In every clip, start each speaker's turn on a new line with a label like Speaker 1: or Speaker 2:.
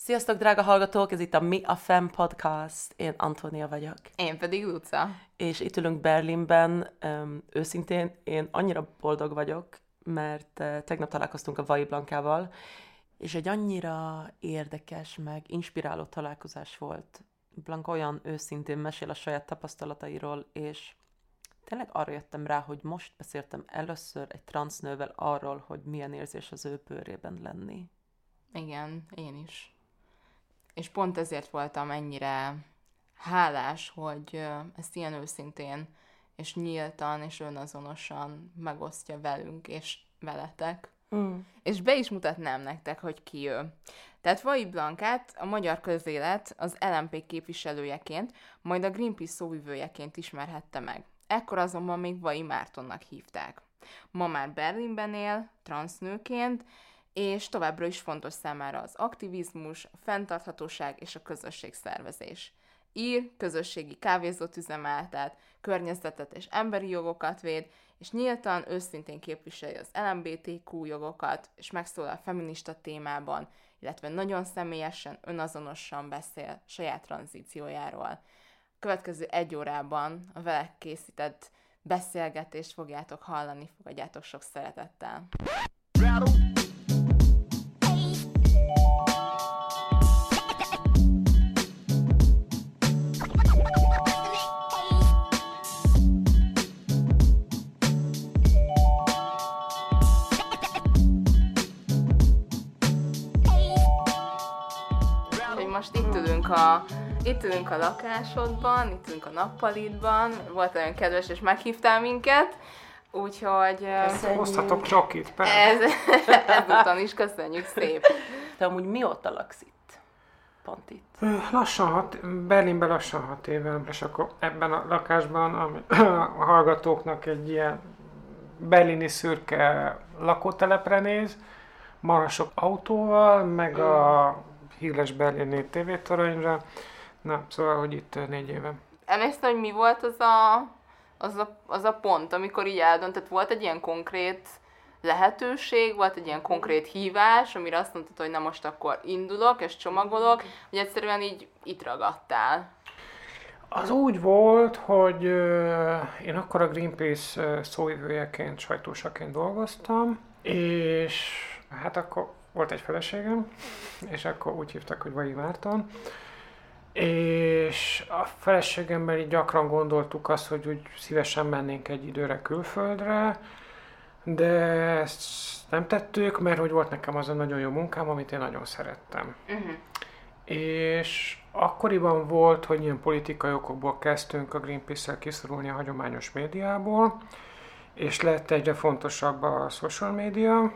Speaker 1: Sziasztok, drága hallgatók! Ez itt a Mi a Fem podcast. Én Antónia vagyok.
Speaker 2: Én pedig Luca.
Speaker 1: És itt ülünk Berlinben. Őszintén én annyira boldog vagyok, mert tegnap találkoztunk a Vai Blankával, és egy annyira érdekes, meg inspiráló találkozás volt. Blanka olyan őszintén mesél a saját tapasztalatairól, és tényleg arra jöttem rá, hogy most beszéltem először egy transznővel arról, hogy milyen érzés az ő bőrében lenni.
Speaker 2: Igen, én is. És pont ezért voltam ennyire hálás, hogy ezt ilyen őszintén, és nyíltan, és önazonosan megosztja velünk, és veletek. És be is mutatnám nektek, hogy ki ő. Tehát Vai Blankát a magyar közélet az LMP képviselőjeként, majd a Greenpeace szóvivőjeként ismerhette meg. Ekkor azonban még Vai Mártonnak hívták. Ma már Berlinben él, transznőként, és továbbra is fontos számára az aktivizmus, a fenntarthatóság és a közösségszervezés. Ír, közösségi kávézót üzemeltet, környezetet és emberi jogokat véd, és nyíltan, őszintén képviseli az LMBTQ jogokat, és megszólal feminista témában, illetve nagyon személyesen, önazonosan beszél saját tranzíciójáról. A következő 1 órában a vele készített beszélgetést fogjátok hallani, fogadjátok sok szeretettel. Most itt ülünk a lakásodban, itt ülünk a nappalitban, volt olyan kedves, és meghívtál minket, úgyhogy...
Speaker 3: Hozhatok csokit,
Speaker 2: ezúton is köszönjük szépen.
Speaker 1: Te amúgy mióta laksz itt? Pont itt?
Speaker 3: Berlinben lassan 6 éve, és akkor ebben a lakásban a hallgatóknak egy ilyen berlini szürke lakótelepre néz, marha sok autóval, meg a híres berlini tévétoronyra. Na, szóval, hogy itt 4 éve.
Speaker 2: Emlékszel, hogy mi volt az a pont, amikor így eldöntött, volt egy ilyen konkrét lehetőség, volt egy ilyen konkrét hívás, amire azt mondtad, hogy na most akkor indulok és csomagolok, hogy egyszerűen így itt ragadtál.
Speaker 3: Az úgy volt, hogy én akkor a Greenpeace szóvivőjeként, sajtósaként dolgoztam, és hát akkor volt egy feleségem, és akkor úgy hívták, hogy Vai Márton. És a feleségemmel így gyakran gondoltuk azt, hogy úgy szívesen mennénk egy időre külföldre, de ezt nem tettük, mert hogy volt nekem az a nagyon jó munkám, amit én nagyon szerettem. És akkoriban volt, hogy ilyen politikai okokból kezdtünk a Greenpeace-szel kiszorulni a hagyományos médiából, és lett egyre fontosabb a social media.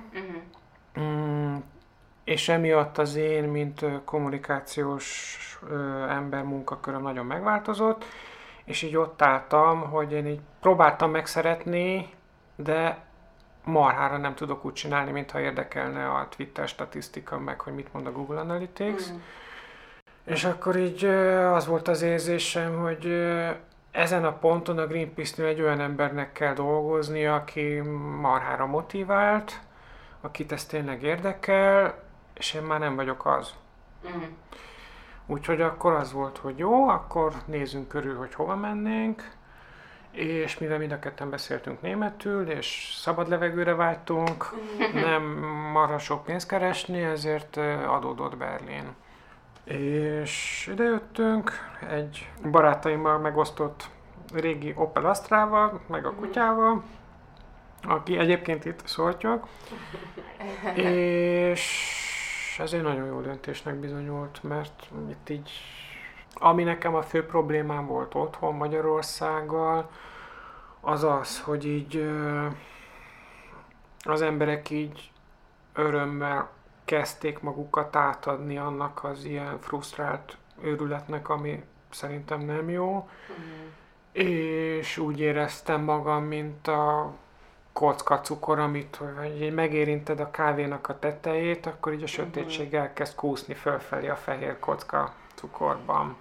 Speaker 3: És emiatt az én, mint kommunikációs ember munkaköröm nagyon megváltozott, és így ott álltam, hogy én így próbáltam megszeretni, de marhára nem tudok úgy csinálni, mintha érdekelne a Twitter statisztika, meg hogy mit mond a Google Analytics. És akkor így az volt az érzésem, hogy ezen a ponton a Greenpeace-nél egy olyan embernek kell dolgozni, aki marhára motivált, akit ez tényleg érdekel, és én már nem vagyok az. Úgyhogy akkor az volt, hogy jó, akkor nézzünk körül, hogy hova mennénk, és mivel mind a ketten beszéltünk németül, és szabad levegőre vágytunk, nem marha sok pénzt keresni, ezért adódott Berlin. És idejöttünk egy barátaimmal megosztott régi Opel Astrával, meg a kutyával, aki egyébként itt szoltyog, és ez egy nagyon jó döntésnek bizonyult, mert itt így, ami nekem a fő problémám volt otthon Magyarországgal, az az, hogy így az emberek így örömmel kezdték magukat átadni annak az ilyen frusztrált őrületnek, ami szerintem nem jó, és úgy éreztem magam, mint a kocka cukor, amit hogy megérinted a kávénak a tetejét, akkor így a sötétség elkezd kúszni fölfelé a fehér kocka cukorban.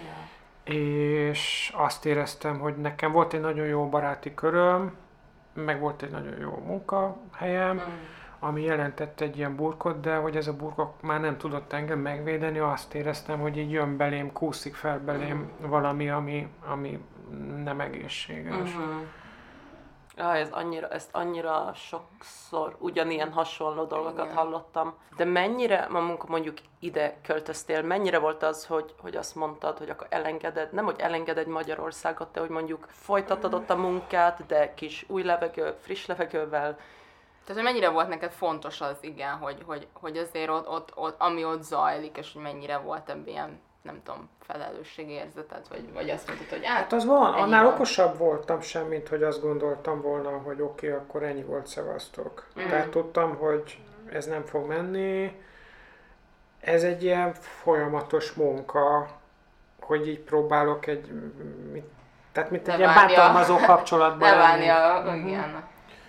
Speaker 3: És azt éreztem, hogy nekem volt egy nagyon jó baráti köröm, meg volt egy nagyon jó munkahelyem, ami jelentett egy ilyen burkot, de hogy ez a burkok már nem tudott engem megvédeni, azt éreztem, hogy így jön belém, kúszik fel belém valami, ami nem egészséges.
Speaker 1: Ezt annyira sokszor ugyanilyen hasonló dolgokat hallottam. De mennyire, mondjuk ide költöztél, mennyire volt az, hogy azt mondtad, hogy akkor elengeded, nem hogy elengeded Magyarországot, de hogy mondjuk folytatod ott a munkát, de kis új levegő, friss levegővel.
Speaker 2: Tehát, hogy mennyire volt neked fontos az, igen, hogy azért ott, ami ott zajlik, és hogy mennyire volt ebben ilyen, nem tudom, felelősségérzeted, vagy azt mondtad, hogy
Speaker 3: hát az van, annál okosabb voltam sem, mint hogy azt gondoltam volna, hogy oké, akkor ennyi volt, szevasztok. Tehát tudtam, hogy ez nem fog menni. Ez egy ilyen folyamatos munka, hogy így próbálok egy ilyen bántalmazó kapcsolatban lenni.
Speaker 2: Igen.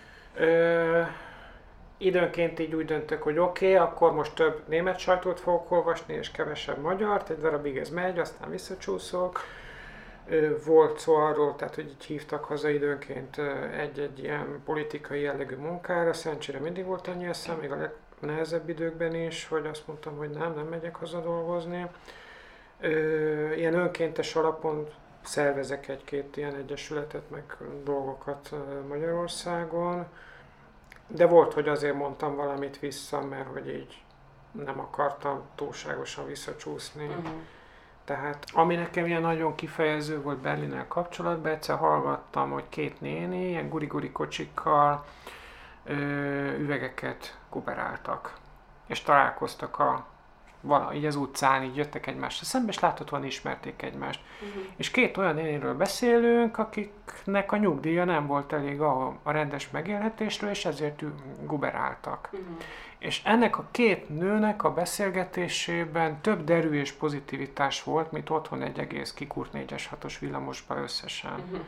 Speaker 3: Időnként így úgy döntök, hogy oké, akkor most több német sajtót fogok olvasni, és kevesebb magyart, egy darabig ez megy, aztán visszacsúszok. Volt szó arról, tehát hogy így hívtak haza időnként egy-egy ilyen politikai jellegű munkára, szerencsére mindig volt annyi eszem, még a legnehezebb időkben is, hogy azt mondtam, hogy nem megyek haza dolgozni. Ilyen önkéntes alapon szervezek egy-két ilyen egyesületet, meg dolgokat Magyarországon. De volt, hogy azért mondtam valamit vissza, mert hogy így nem akartam túlságosan visszacsúszni. Tehát ami nekem ilyen nagyon kifejező volt Berlinnel kapcsolatban, egyszer hallgattam, hogy két néni ilyen guri-guri kocsikkal üvegeket kuberáltak. És találkoztak így az utcán, így jöttek egymásra szembe, és láthatóan ismerték egymást. És két olyan néniről beszélünk, akiknek a nyugdíja nem volt elég a rendes megélhetésről, és ezért guberáltak. És ennek a két nőnek a beszélgetésében több derű és pozitivitás volt, mint otthon egy egész kikúrt 4-es 6-os villamosba összesen.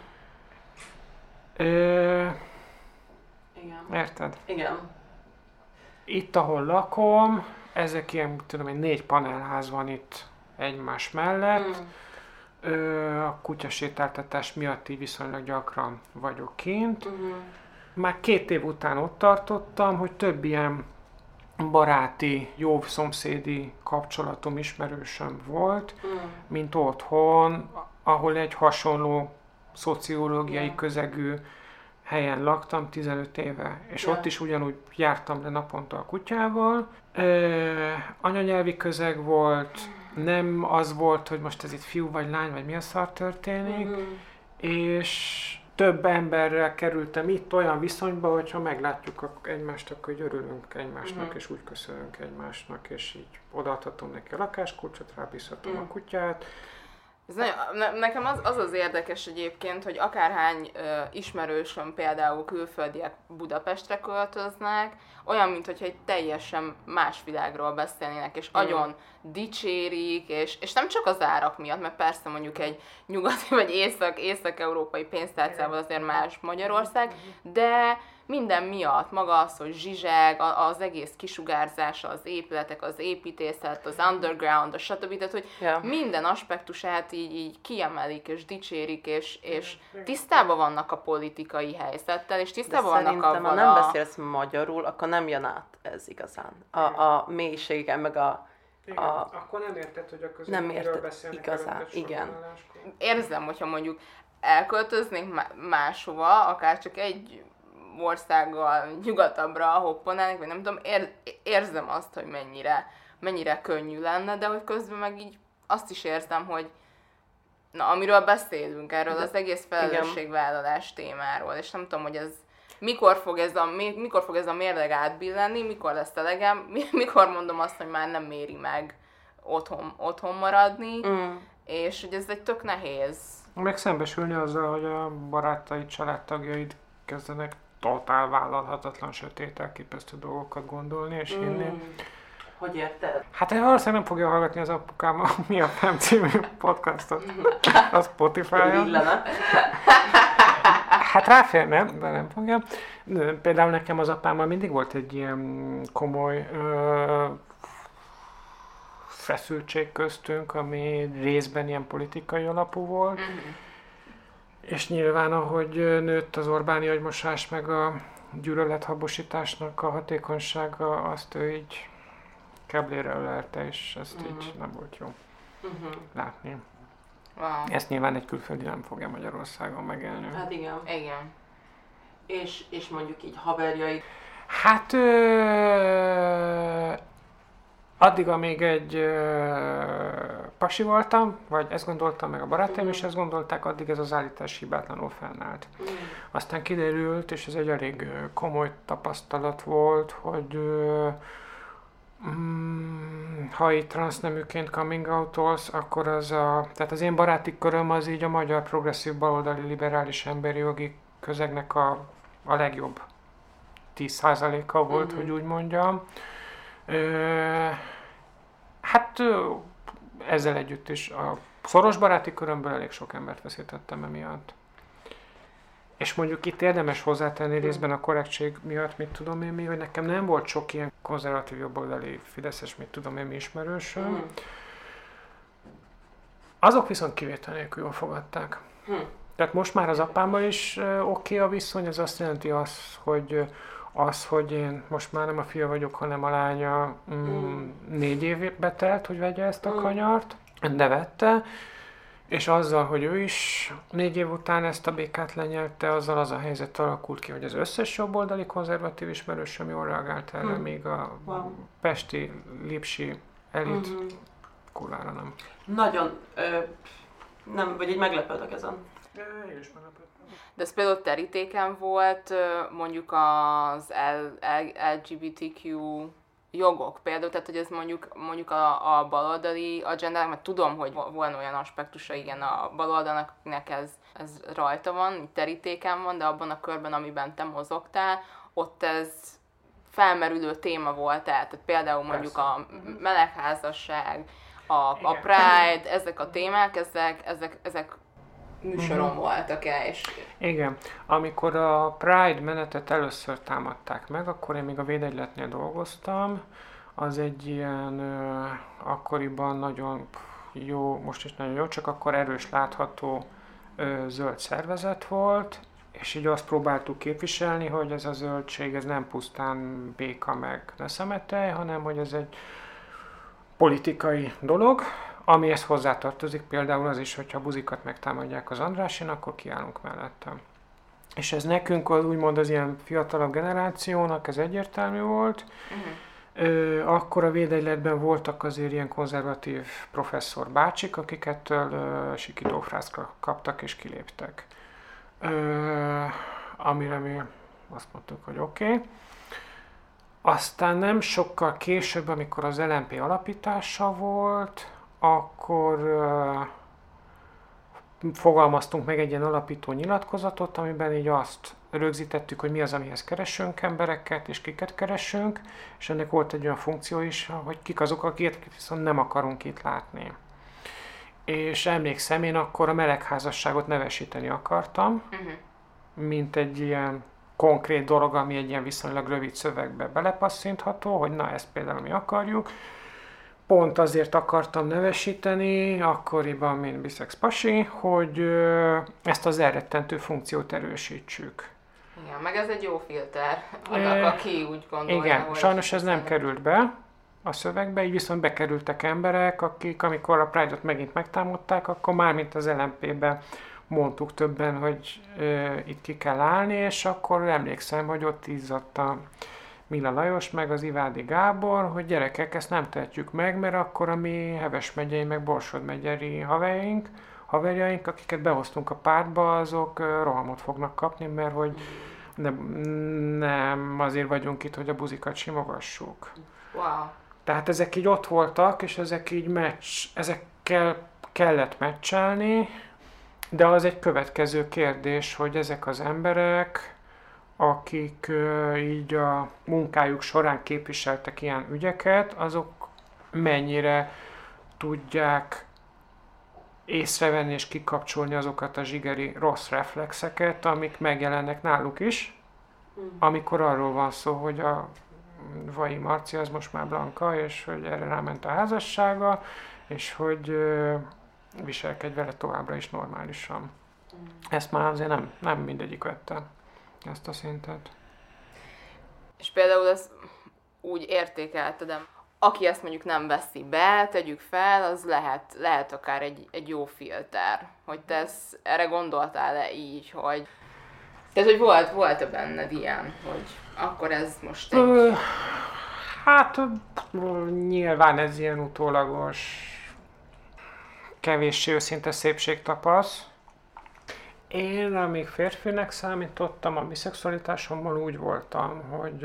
Speaker 1: Igen.
Speaker 3: Érted?
Speaker 1: Igen.
Speaker 3: Itt, ahol lakom, ezek ilyen, tudom én, 4 panelház van itt egymás mellett. A kutyasétáltatás miatt így viszonylag gyakran vagyok kint. Már 2 év után ott tartottam, hogy több ilyen baráti, jó szomszédi kapcsolatom, ismerősöm volt, mint otthon, ahol egy hasonló szociológiai közegű helyen laktam 15 éve, és ott is ugyanúgy jártam le naponta a kutyával. Anyanyelvi közeg volt, nem az volt, hogy most ez itt fiú vagy lány, vagy mi a szar történik, és több emberrel kerültem itt olyan viszonyba, hogyha meglátjuk egymást, akkor örülünk egymásnak, és úgy köszönünk egymásnak, és így odaadhatom neki a lakáskulcsot, rábízhatom a kutyát.
Speaker 2: Nekem az érdekes egyébként, hogy akárhány ismerősöm például külföldiek Budapestre költöznek, olyan, mintha egy teljesen más világról beszélnének, és agyon dicsérik, és nem csak az árak miatt, mert persze mondjuk egy nyugati vagy észak-európai pénztárcával azért más Magyarország, de minden miatt, maga az, hogy zsizseg, az egész kisugárzása, az épületek, az építészet, az underground, a stb. Tehát, hogy minden aspektusát így kiemelik, és dicsérik, és tisztában vannak a politikai helyzettel, és tisztában vannak
Speaker 1: avval ha nem beszélsz magyarul, akkor nem jön át ez igazán. A mélységen, meg
Speaker 3: akkor nem érted, hogy a közösségről beszélnek
Speaker 1: igazán, igen.
Speaker 2: Érzem, hogyha mondjuk elköltöznénk máshova, akár csak egy országgal nyugatabbra hoppanálni, vagy nem tudom, érzem azt, hogy mennyire könnyű lenne, de hogy közben meg így azt is érzem, hogy amiről beszélünk, erről az egész felelősségvállalás témáról, és nem tudom, hogy ez mikor fog ez a mérleg átbillenni, mikor lesz elegem, mikor mondom azt, hogy már nem méri meg otthon maradni, és hogy ez egy tök nehéz.
Speaker 3: Meg szembesülni azzal, hogy a barátaid, családtagjaid kezdenek totál vállalhatatlan, sötét, elképesztő dolgokat gondolni és hinni.
Speaker 1: Hogy érted?
Speaker 3: Hát valószínűleg nem fogja hallgatni az apukám a Mi a Fem című podcastot a Spotify-on. Hát ráférne, de nem fogja. Például nekem az apámmal mindig volt egy ilyen komoly feszültség köztünk, ami részben ilyen politikai alapú volt. És nyilván, ahogy nőtt az Orbáni agymosás, meg a gyűlölethabosításnak a hatékonysága, azt ő így keblére ölelte, és ezt így nem volt jó látni.
Speaker 2: Wow.
Speaker 3: Ezt nyilván egy külföldi nem fogja Magyarországon megélni.
Speaker 1: Hát igen.
Speaker 2: Igen.
Speaker 1: És mondjuk így haverjai.
Speaker 3: Hát addig, amíg egy pasi voltam, vagy ezt gondoltam, meg a barátaim is ezt gondolták, addig ez az állítás hibátlanul fennállt. Aztán kiderült, és ez egy elég komoly tapasztalat volt, hogy ha így transzneműként coming out-olsz, akkor tehát az én baráti köröm az így a magyar progresszív baloldali liberális emberi jogi közegnek a legjobb 10%-a volt, hogy úgy mondjam. Hát ezzel együtt is a szoros baráti körömből elég sok embert veszítettem emiatt. És mondjuk itt érdemes hozzátenni részben a korrektség miatt, mit tudom én mi, hogy nekem nem volt sok ilyen konzervatív jobboldali fideszes, mit tudom én mi ismerősöm. Azok viszont kivétel nélkül jól fogadták. Tehát most már az apámmal is oké a viszony, ez azt jelenti hogy én most már nem a fia vagyok, hanem a lánya 4 évbe telt, hogy vegye ezt a kanyart, de vette, és azzal, hogy ő is 4 év után ezt a békát lenyelte, azzal az a helyzet alakult ki, hogy az összes jobboldali konzervatív ismerősöm jól reagált erre, még a pesti, lipsi elit kurvára nem.
Speaker 1: Nagyon, nem, vagy így meglepődök ezen.
Speaker 3: Én is meglepődtem.
Speaker 2: De ez például terítéken volt mondjuk az LGBTQ jogok például, tehát hogy ez mondjuk a baloldali agendának, mert tudom, hogy van olyan aspektusa igen a baloldalnak, akinek ez rajta van, terítéken van, de abban a körben, amiben te mozogtál, ott ez felmerülő téma volt, tehát például mondjuk a melegházasság, a Pride, ezek a témák, ezek műsoron voltak-e, és...
Speaker 3: Igen. Amikor a Pride menetet először támadták meg, akkor én még a Védegyletnél dolgoztam. Az egy ilyen akkoriban nagyon jó, most is nagyon jó, csak akkor erős látható zöld szervezet volt, és így azt próbáltuk képviselni, hogy ez a zöldség, ez nem pusztán béka meg neszemetely, hanem hogy ez egy politikai dolog, amihez hozzátartozik például az is, hogyha buzikat megtámadják az Andrásin, akkor kiállunk mellettem. És ez nekünk úgymond az ilyen fiatalabb generációnak ez egyértelmű volt. Akkor a Védegyletben voltak azért ilyen konzervatív professzor bácsik, akik ettől sikítófrászt kaptak és kiléptek. Amire mi azt mondtuk, hogy oké. Aztán nem sokkal később, amikor az LMP alapítása volt, akkor fogalmaztunk meg egy ilyen alapító nyilatkozatot, amiben így azt rögzítettük, hogy mi az, amihez keresünk embereket, és kiket keresünk, és ennek volt egy olyan funkció is, hogy kik azok, akiket viszont nem akarunk itt látni. És emlékszem, én akkor a melegházasságot nevesíteni akartam, mint egy ilyen konkrét dolog, ami egy ilyen viszonylag rövid szövegbe belepasszintható, hogy na, ezt például mi akarjuk. Pont azért akartam nevesíteni, akkoriban, mint biszex pasi, hogy ezt az elrettentő funkciót erősítsük.
Speaker 2: Igen, meg ez egy jó filter, annak, aki úgy gondolja,
Speaker 3: igen,
Speaker 2: hogy...
Speaker 3: sajnos ez nem került be a szövegbe, így viszont bekerültek emberek, akik amikor a Pride-ot megint megtámadták, akkor már mint az LMP-be mondtuk többen, hogy itt ki kell állni, és akkor emlékszem, hogy ott izzadt a Mila Lajos, meg az Ivádi Gábor, hogy gyerekek, ezt nem tehetjük meg, mert akkor a mi Heves megyei, meg Borsod megyeri haverjaink, akiket behoztunk a pártba, azok rohamot fognak kapni, mert hogy nem azért vagyunk itt, hogy a buzikat simogassuk.
Speaker 2: Wow.
Speaker 3: Tehát ezek így ott voltak, és ezek így ezekkel kellett meccselni, de az egy következő kérdés, hogy ezek az emberek, akik így a munkájuk során képviseltek ilyen ügyeket, azok mennyire tudják észrevenni és kikapcsolni azokat a zsigeri rossz reflexeket, amik megjelennek náluk is, amikor arról van szó, hogy a Vai Marci az most már Blanka, és hogy erre ráment a házassága, és hogy viselkedj vele továbbra is normálisan. Ezt már azért nem mindegyik vette, ezt a szintet.
Speaker 2: És például ez úgy értékelted, aki ezt mondjuk nem veszi be, tegyük fel, az lehet akár egy jó filter. Hogy te erre gondoltál-e így, hogy... Tehát, hogy volt-e benned ilyen, hogy akkor ez most egy...
Speaker 3: Hát nyilván ez ilyen utólagos, kevéssé őszinte szépségtapasz. Én, amíg férfinek számítottam, a biszexualitásommal úgy voltam, hogy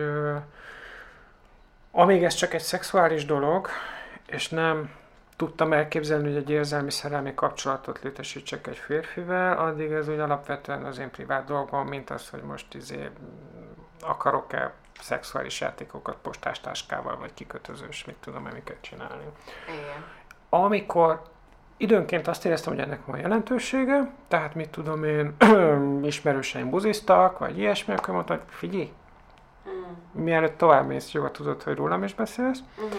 Speaker 3: amíg ez csak egy szexuális dolog, és nem tudtam elképzelni, hogy egy érzelmi szerelmi kapcsolatot létesítsek egy férfivel, addig ez úgy alapvetően az én privát dolgom, mint az, hogy most akarok-e szexuális játékokat postástáskával, vagy kikötözős, mit tudom, miket csinálni.
Speaker 2: Igen.
Speaker 3: Amikor időnként azt éreztem, hogy ennek van jelentősége, tehát mit tudom én, ismerőseim buziztak, vagy ilyesmi, akkor mondtam, hogy figyelj, mielőtt tovább mész, jól tudod, hogy rólam is beszélsz.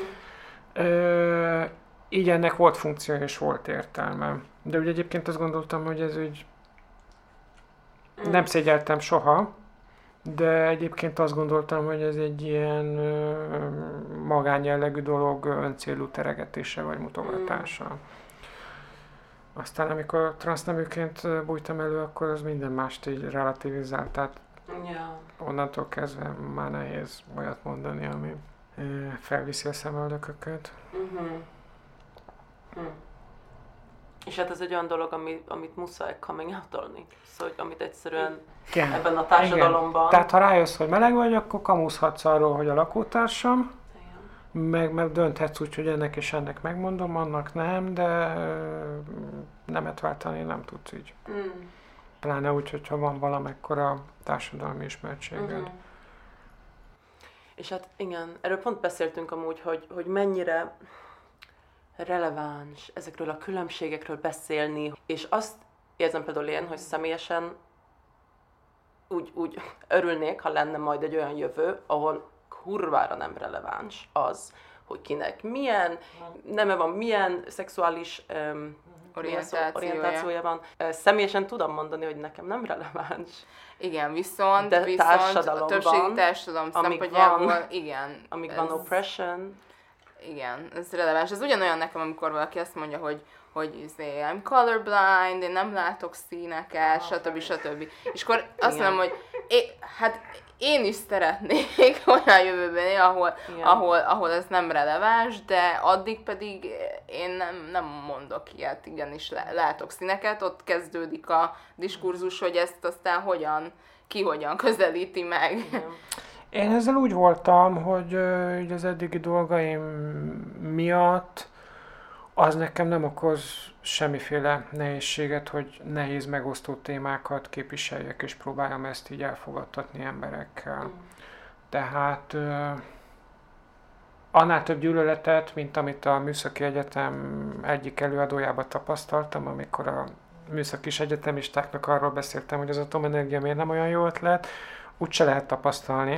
Speaker 3: Így ennek volt funkció és volt értelme. De ugye egyébként azt gondoltam, hogy ez úgy nem szégyeltem soha, de egyébként azt gondoltam, hogy ez egy ilyen magánjellegű dolog, öncélú teregetése vagy mutogatása. Aztán amikor transzneműként bújtam elő, akkor az minden mást így relativizált, tehát onnantól kezdve már nehéz olyat mondani, ami felviszi a szemöldököket.
Speaker 1: És hát ez egy olyan dolog, amit muszáj coming out-olni. Szóval, amit egyszerűen
Speaker 3: Igen.
Speaker 1: ebben a társadalomban...
Speaker 3: Igen. Tehát ha rájössz, hogy meleg vagy, akkor kamuszhatsz arról, hogy a lakótársam, meg dönthetsz úgy, hogy ennek és ennek megmondom, annak nem, de nemet váltani nem tudsz így. Pláne úgy, hogyha van valamekkora társadalmi ismertséged.
Speaker 1: És hát igen, erről pont beszéltünk amúgy, hogy mennyire releváns ezekről a különbségekről beszélni, és azt érzem például én, hogy személyesen úgy örülnék, ha lenne majd egy olyan jövő, ahol kurvára nem releváns az, hogy kinek milyen neme van, milyen szexuális orientációja van. Személyesen tudom mondani, hogy nekem nem releváns.
Speaker 2: Igen, viszont
Speaker 1: a
Speaker 2: többségi társadalom szempontjából, igen.
Speaker 1: Amíg van oppression.
Speaker 2: Igen, ez releváns. Ez ugyanolyan nekem, amikor valaki azt mondja, hogy I'm colorblind, én nem látok színeket, stb. És akkor azt mondom, hogy én is szeretnék olyan jövőben élni, ahol ez nem releváns, de addig pedig én nem mondok ilyet, igenis látok színeket, ott kezdődik a diskurzus, hogy ezt aztán hogyan közelíti meg. Igen.
Speaker 3: Én ezzel úgy voltam, hogy az eddigi dolgaim miatt az nekem nem okoz semmiféle nehézséget, hogy nehéz megosztó témákat képviseljek, és próbáljam ezt így elfogadtatni emberekkel. Tehát annál több gyűlöletet, mint amit a Műszaki Egyetem egyik előadójában tapasztaltam, amikor a műszaki egyetemistáknak arról beszéltem, hogy az atomenergia miért nem olyan jó ötlet, úgyse lehet tapasztalni.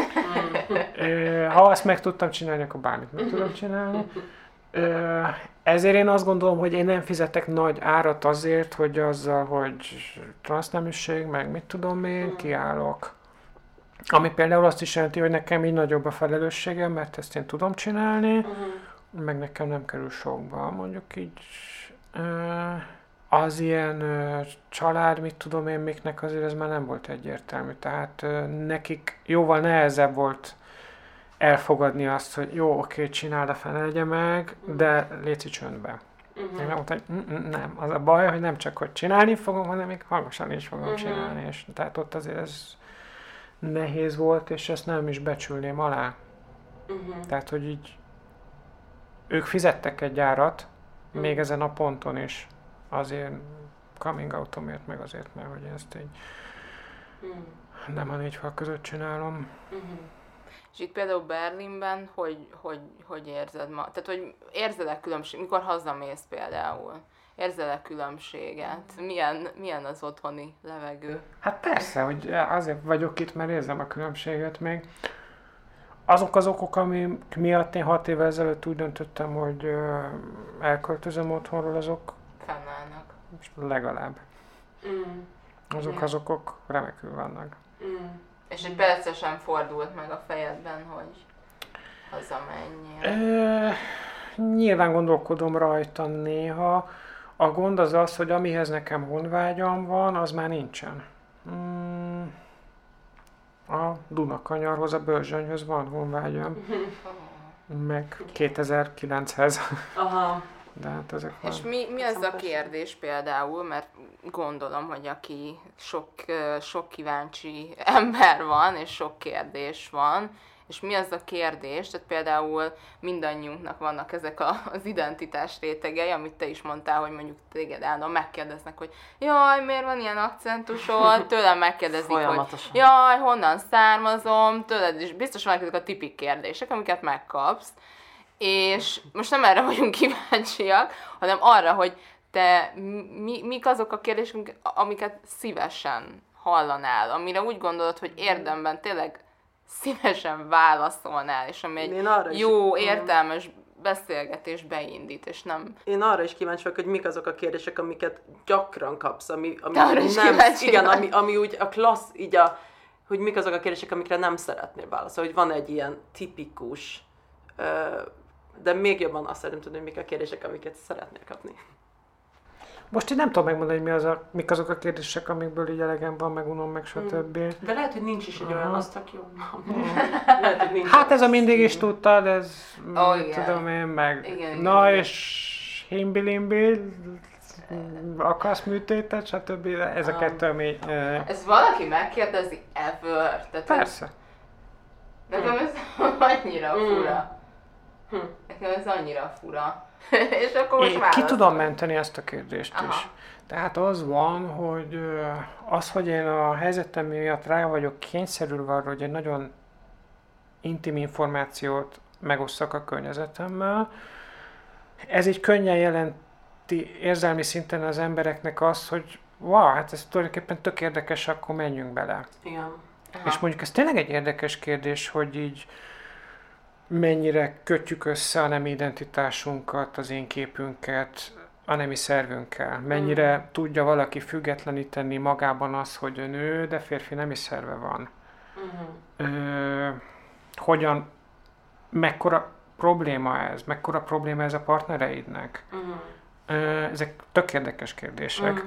Speaker 3: Ha azt meg tudtam csinálni, akkor bármit meg tudom csinálni. Ezért én azt gondolom, hogy én nem fizetek nagy árat azért, hogy azzal, hogy transzneműség, meg mit tudom én, kiállok. Ami például azt is jelenti, hogy nekem így nagyobb a felelősségem, mert ezt én tudom csinálni, meg nekem nem kerül sokba. Mondjuk így az ilyen család, mit tudom én, miknek azért ez már nem volt egyértelmű. Tehát nekik jóval nehezebb volt elfogadni azt, hogy jó, oké, csináld, a fene legye meg, de léci csöndbe. Én mondtam, hogy nem. Az a baj, hogy nem csak, hogy csinálni fogom, hanem még hangosan is fogom csinálni. És tehát ott azért ez nehéz volt, és ezt nem is becsülném alá. Tehát, hogy így ők fizettek egy árat, még ezen a ponton is. Azért coming out-omért, meg azért, mert hogy ezt így nem a 4 fal között csinálom.
Speaker 2: És itt például Berlinben, hogy érzed ma? Tehát, hogy érzed-e különbséget, mikor hazamész például? Érzel-e különbséget? Milyen az otthoni levegő?
Speaker 3: Hát persze, hogy azért vagyok itt, mert érzem a különbséget még. Azok az okok, amik miatt én 6 évvel ezelőtt úgy döntöttem, hogy elköltözöm otthonról, azok
Speaker 2: fennállnak.
Speaker 3: Legalább. Azok okok remekül vannak.
Speaker 2: És egy perce sem fordult meg a fejedben, hogy az mennyire?
Speaker 3: Nyilván gondolkodom rajta néha. A gond az, hogy amihez nekem honvágyam van, az már nincsen. A Dunakanyarhoz, a Börzsönyhöz van honvágyam. Meg 2009-hez.
Speaker 1: Aha.
Speaker 3: De hát ezek
Speaker 2: És mi az a kérdés például, mert gondolom, hogy aki sok kíváncsi ember van, és sok kérdés van, és mi az a kérdés, tehát például mindannyiunknak vannak ezek az identitás rétegei, amit te is mondtál, hogy mondjuk téged állandóan megkérdeznek, hogy jaj, miért van ilyen akcentusod, tőlem megkérdezik, hogy jaj, honnan származom, tőled is biztos vannak ezek a tipik kérdések, amiket megkapsz, és most nem erre vagyunk kíváncsiak, hanem arra, hogy te mik azok a kérdések, amiket szívesen hallanál, amire úgy gondolod, hogy érdemben tényleg szívesen válaszolnál, és ami egy jó, értelmes beszélgetés beindít, és nem...
Speaker 1: Én arra is kíváncsi vagyok, hogy mik azok a kérdések, amiket gyakran kapsz, ami úgy a klassz, így hogy mik azok a kérdések, amikre nem szeretnél válaszolni, hogy van egy ilyen tipikus, de még jobban azt szeretném tudni, hogy mik a kérdések, amiket szeretnél kapni.
Speaker 3: Most én nem tudom megmondani, hogy mik azok a kérdések, amikből így elegem van, meg unom, meg stb.
Speaker 1: De lehet, hogy nincs is egy olyan, azt tök jó.
Speaker 3: Hát ez a mindig is tudtad, ez tudom én meg.
Speaker 2: Igen.
Speaker 3: És himbi-limbi, akarsz műtétet, stb. Ez a kettő még...
Speaker 2: Ez valaki megkérdezi ever? Tehát
Speaker 3: persze.
Speaker 2: Nekem ez annyira fura. Nekem ez annyira fura. És akkor most
Speaker 3: ki tudom menteni ezt a kérdést is. Tehát az van, hogy hogy én a helyzetem miatt rá vagyok kényszerülve arra, hogy egy nagyon intim információt megosszak a környezetemmel. Ez így könnyen jelenti érzelmi szinten az embereknek azt, hogy hát ez tulajdonképpen tök érdekes, akkor menjünk bele.
Speaker 1: Igen.
Speaker 3: És mondjuk ez tényleg egy érdekes kérdés, hogy így mennyire kötjük össze a nemi identitásunkat, az én képünket a nemi szervünkkel. Mennyire tudja valaki függetleníteni magában azt, hogy ő nő, de férfi nemi szerve van. Mekkora probléma ez? Mekkora probléma ez a partnereidnek? Ezek tök érdekes kérdések.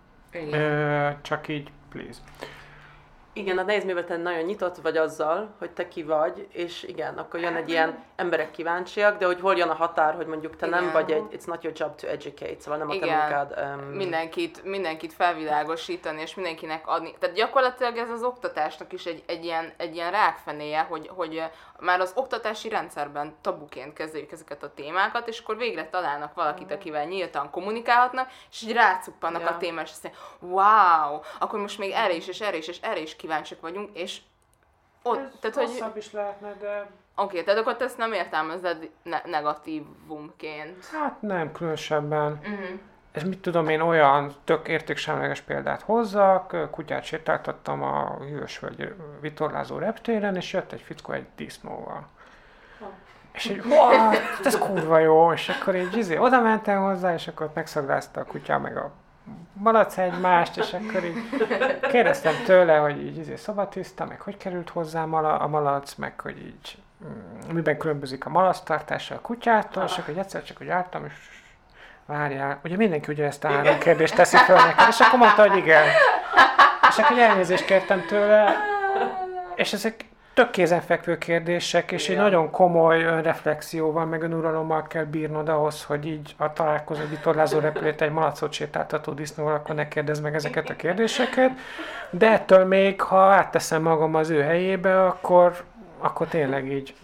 Speaker 3: Csak így, please.
Speaker 1: Igen, a nehéz, mivel te nagyon nyitott vagy azzal, hogy te ki vagy, és igen, akkor jön egy ilyen emberek kíváncsiak, de hogy hol jön a határ, hogy mondjuk te nem vagy it's not your job to educate, szóval nem a te munkád.
Speaker 2: Mindenkit felvilágosítani, és mindenkinek adni. Tehát gyakorlatilag ez az oktatásnak is egy ilyen rákfenéje, hogy már az oktatási rendszerben tabuként kezeljük ezeket a témákat, és akkor végre találnak valakit, akivel nyíltan kommunikálhatnak, és így rácuppannak a témát, és azt mondják, wow, akkor most még erre is kíváncsiak vagyunk, és
Speaker 3: tehát, hogy is lehetne, de...
Speaker 2: Oké, tehát akkor te ezt nem értelmezed negatívumként.
Speaker 3: Hát nem, különösebben. És mit tudom én, olyan tök értéksemleges példát hozzak, kutyát sétáltattam a Hűvösvölgyi vitorlázó reptéren, és jött egy fickó egy disznóval. És így, ez kurva jó, és akkor így oda mentem hozzá, és akkor megszaglázta a kutya meg a malac egymást, és akkor így kérdeztem tőle, hogy így szobatiszta, meg hogy került hozzá a malac, meg hogy így miben különbözik a malactartása a kutyától, és akkor egyszer csak úgy álltam, és várjál, ugye mindenki ugye ezt a három kérdést teszi föl nekem, és akkor mondta, hogy igen. És akkor elnézést kértem tőle, és ezek tök kézenfekvő kérdések, és egy nagyon komoly önreflexióval, meg önuralommal kell bírnod ahhoz, hogy így a találkozó vitorlázó repülőt egy malacot sétáltató disznóval, akkor ne kérdezz meg ezeket a kérdéseket. De ettől még, ha átteszem magam az ő helyébe, akkor tényleg így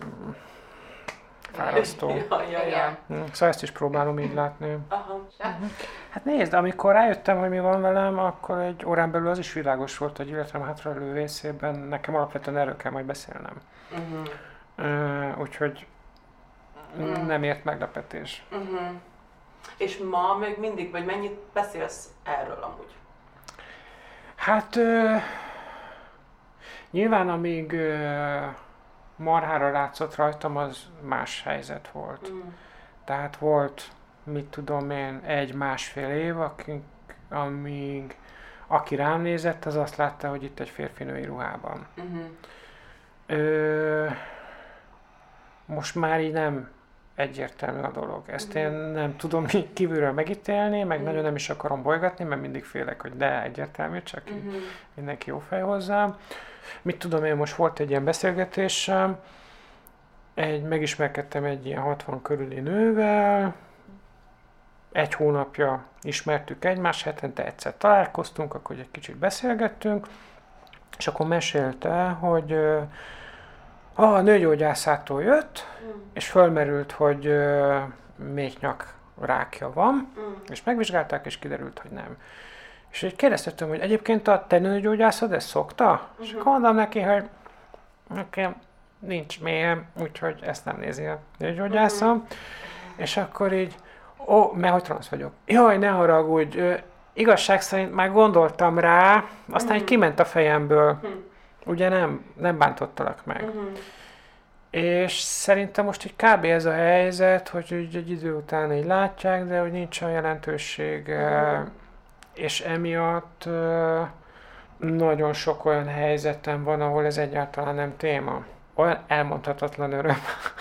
Speaker 3: fárasztó. Szóval ezt is próbálom így látni. Hát nézd, amikor rájöttem, hogy mi van velem, akkor egy órán belül az is világos volt, hogy életem hátralévő részében nekem alapvetően erről kell majd beszélnem. Úgyhogy nem ért meglepetés.
Speaker 1: És ma még mindig, vagy mennyit beszélsz erről amúgy?
Speaker 3: Hát nyilván amíg marhára látszott rajtam, az más helyzet volt. Tehát volt, mit tudom én, 1-1,5 év, amíg aki rám nézett, az azt látta, hogy itt egy férfinői ruhában. Most már így nem egyértelmű a dolog. Ezt én nem tudom kívülről megítélni, meg nagyon nem is akarom bolygatni, mert mindig félek, hogy de egyértelmű, csak mindenki jó fej hozzám. Mit tudom én, most volt egy ilyen beszélgetésem, megismerkedtem egy ilyen 60 körüli nővel, 1 hónapja ismertük egymást, hetente egyszer találkoztunk, akkor egy kicsit beszélgettünk, és akkor mesélte, hogy a nőgyógyászától jött, és fölmerült, hogy méhnyak rákja van, és megvizsgálták, és kiderült, hogy nem. És így kérdeztem, hogy egyébként a te nőgyógyászod ezt szokta? És akkor mondom neki, hogy nekem nincs méhem, úgyhogy ezt nem nézi a nőgyógyászom. És akkor így, mert hogy transz vagyok. Jaj, ne haragudj, igazság szerint már gondoltam rá, aztán így kiment a fejemből. Ugye nem bántottalak meg. És szerintem most így kb. Ez a helyzet, hogy egy idő után így látják, de hogy nincs olyan jelentőség, és emiatt nagyon sok olyan helyzetem van, ahol ez egyáltalán nem téma. Olyan elmondhatatlan öröm.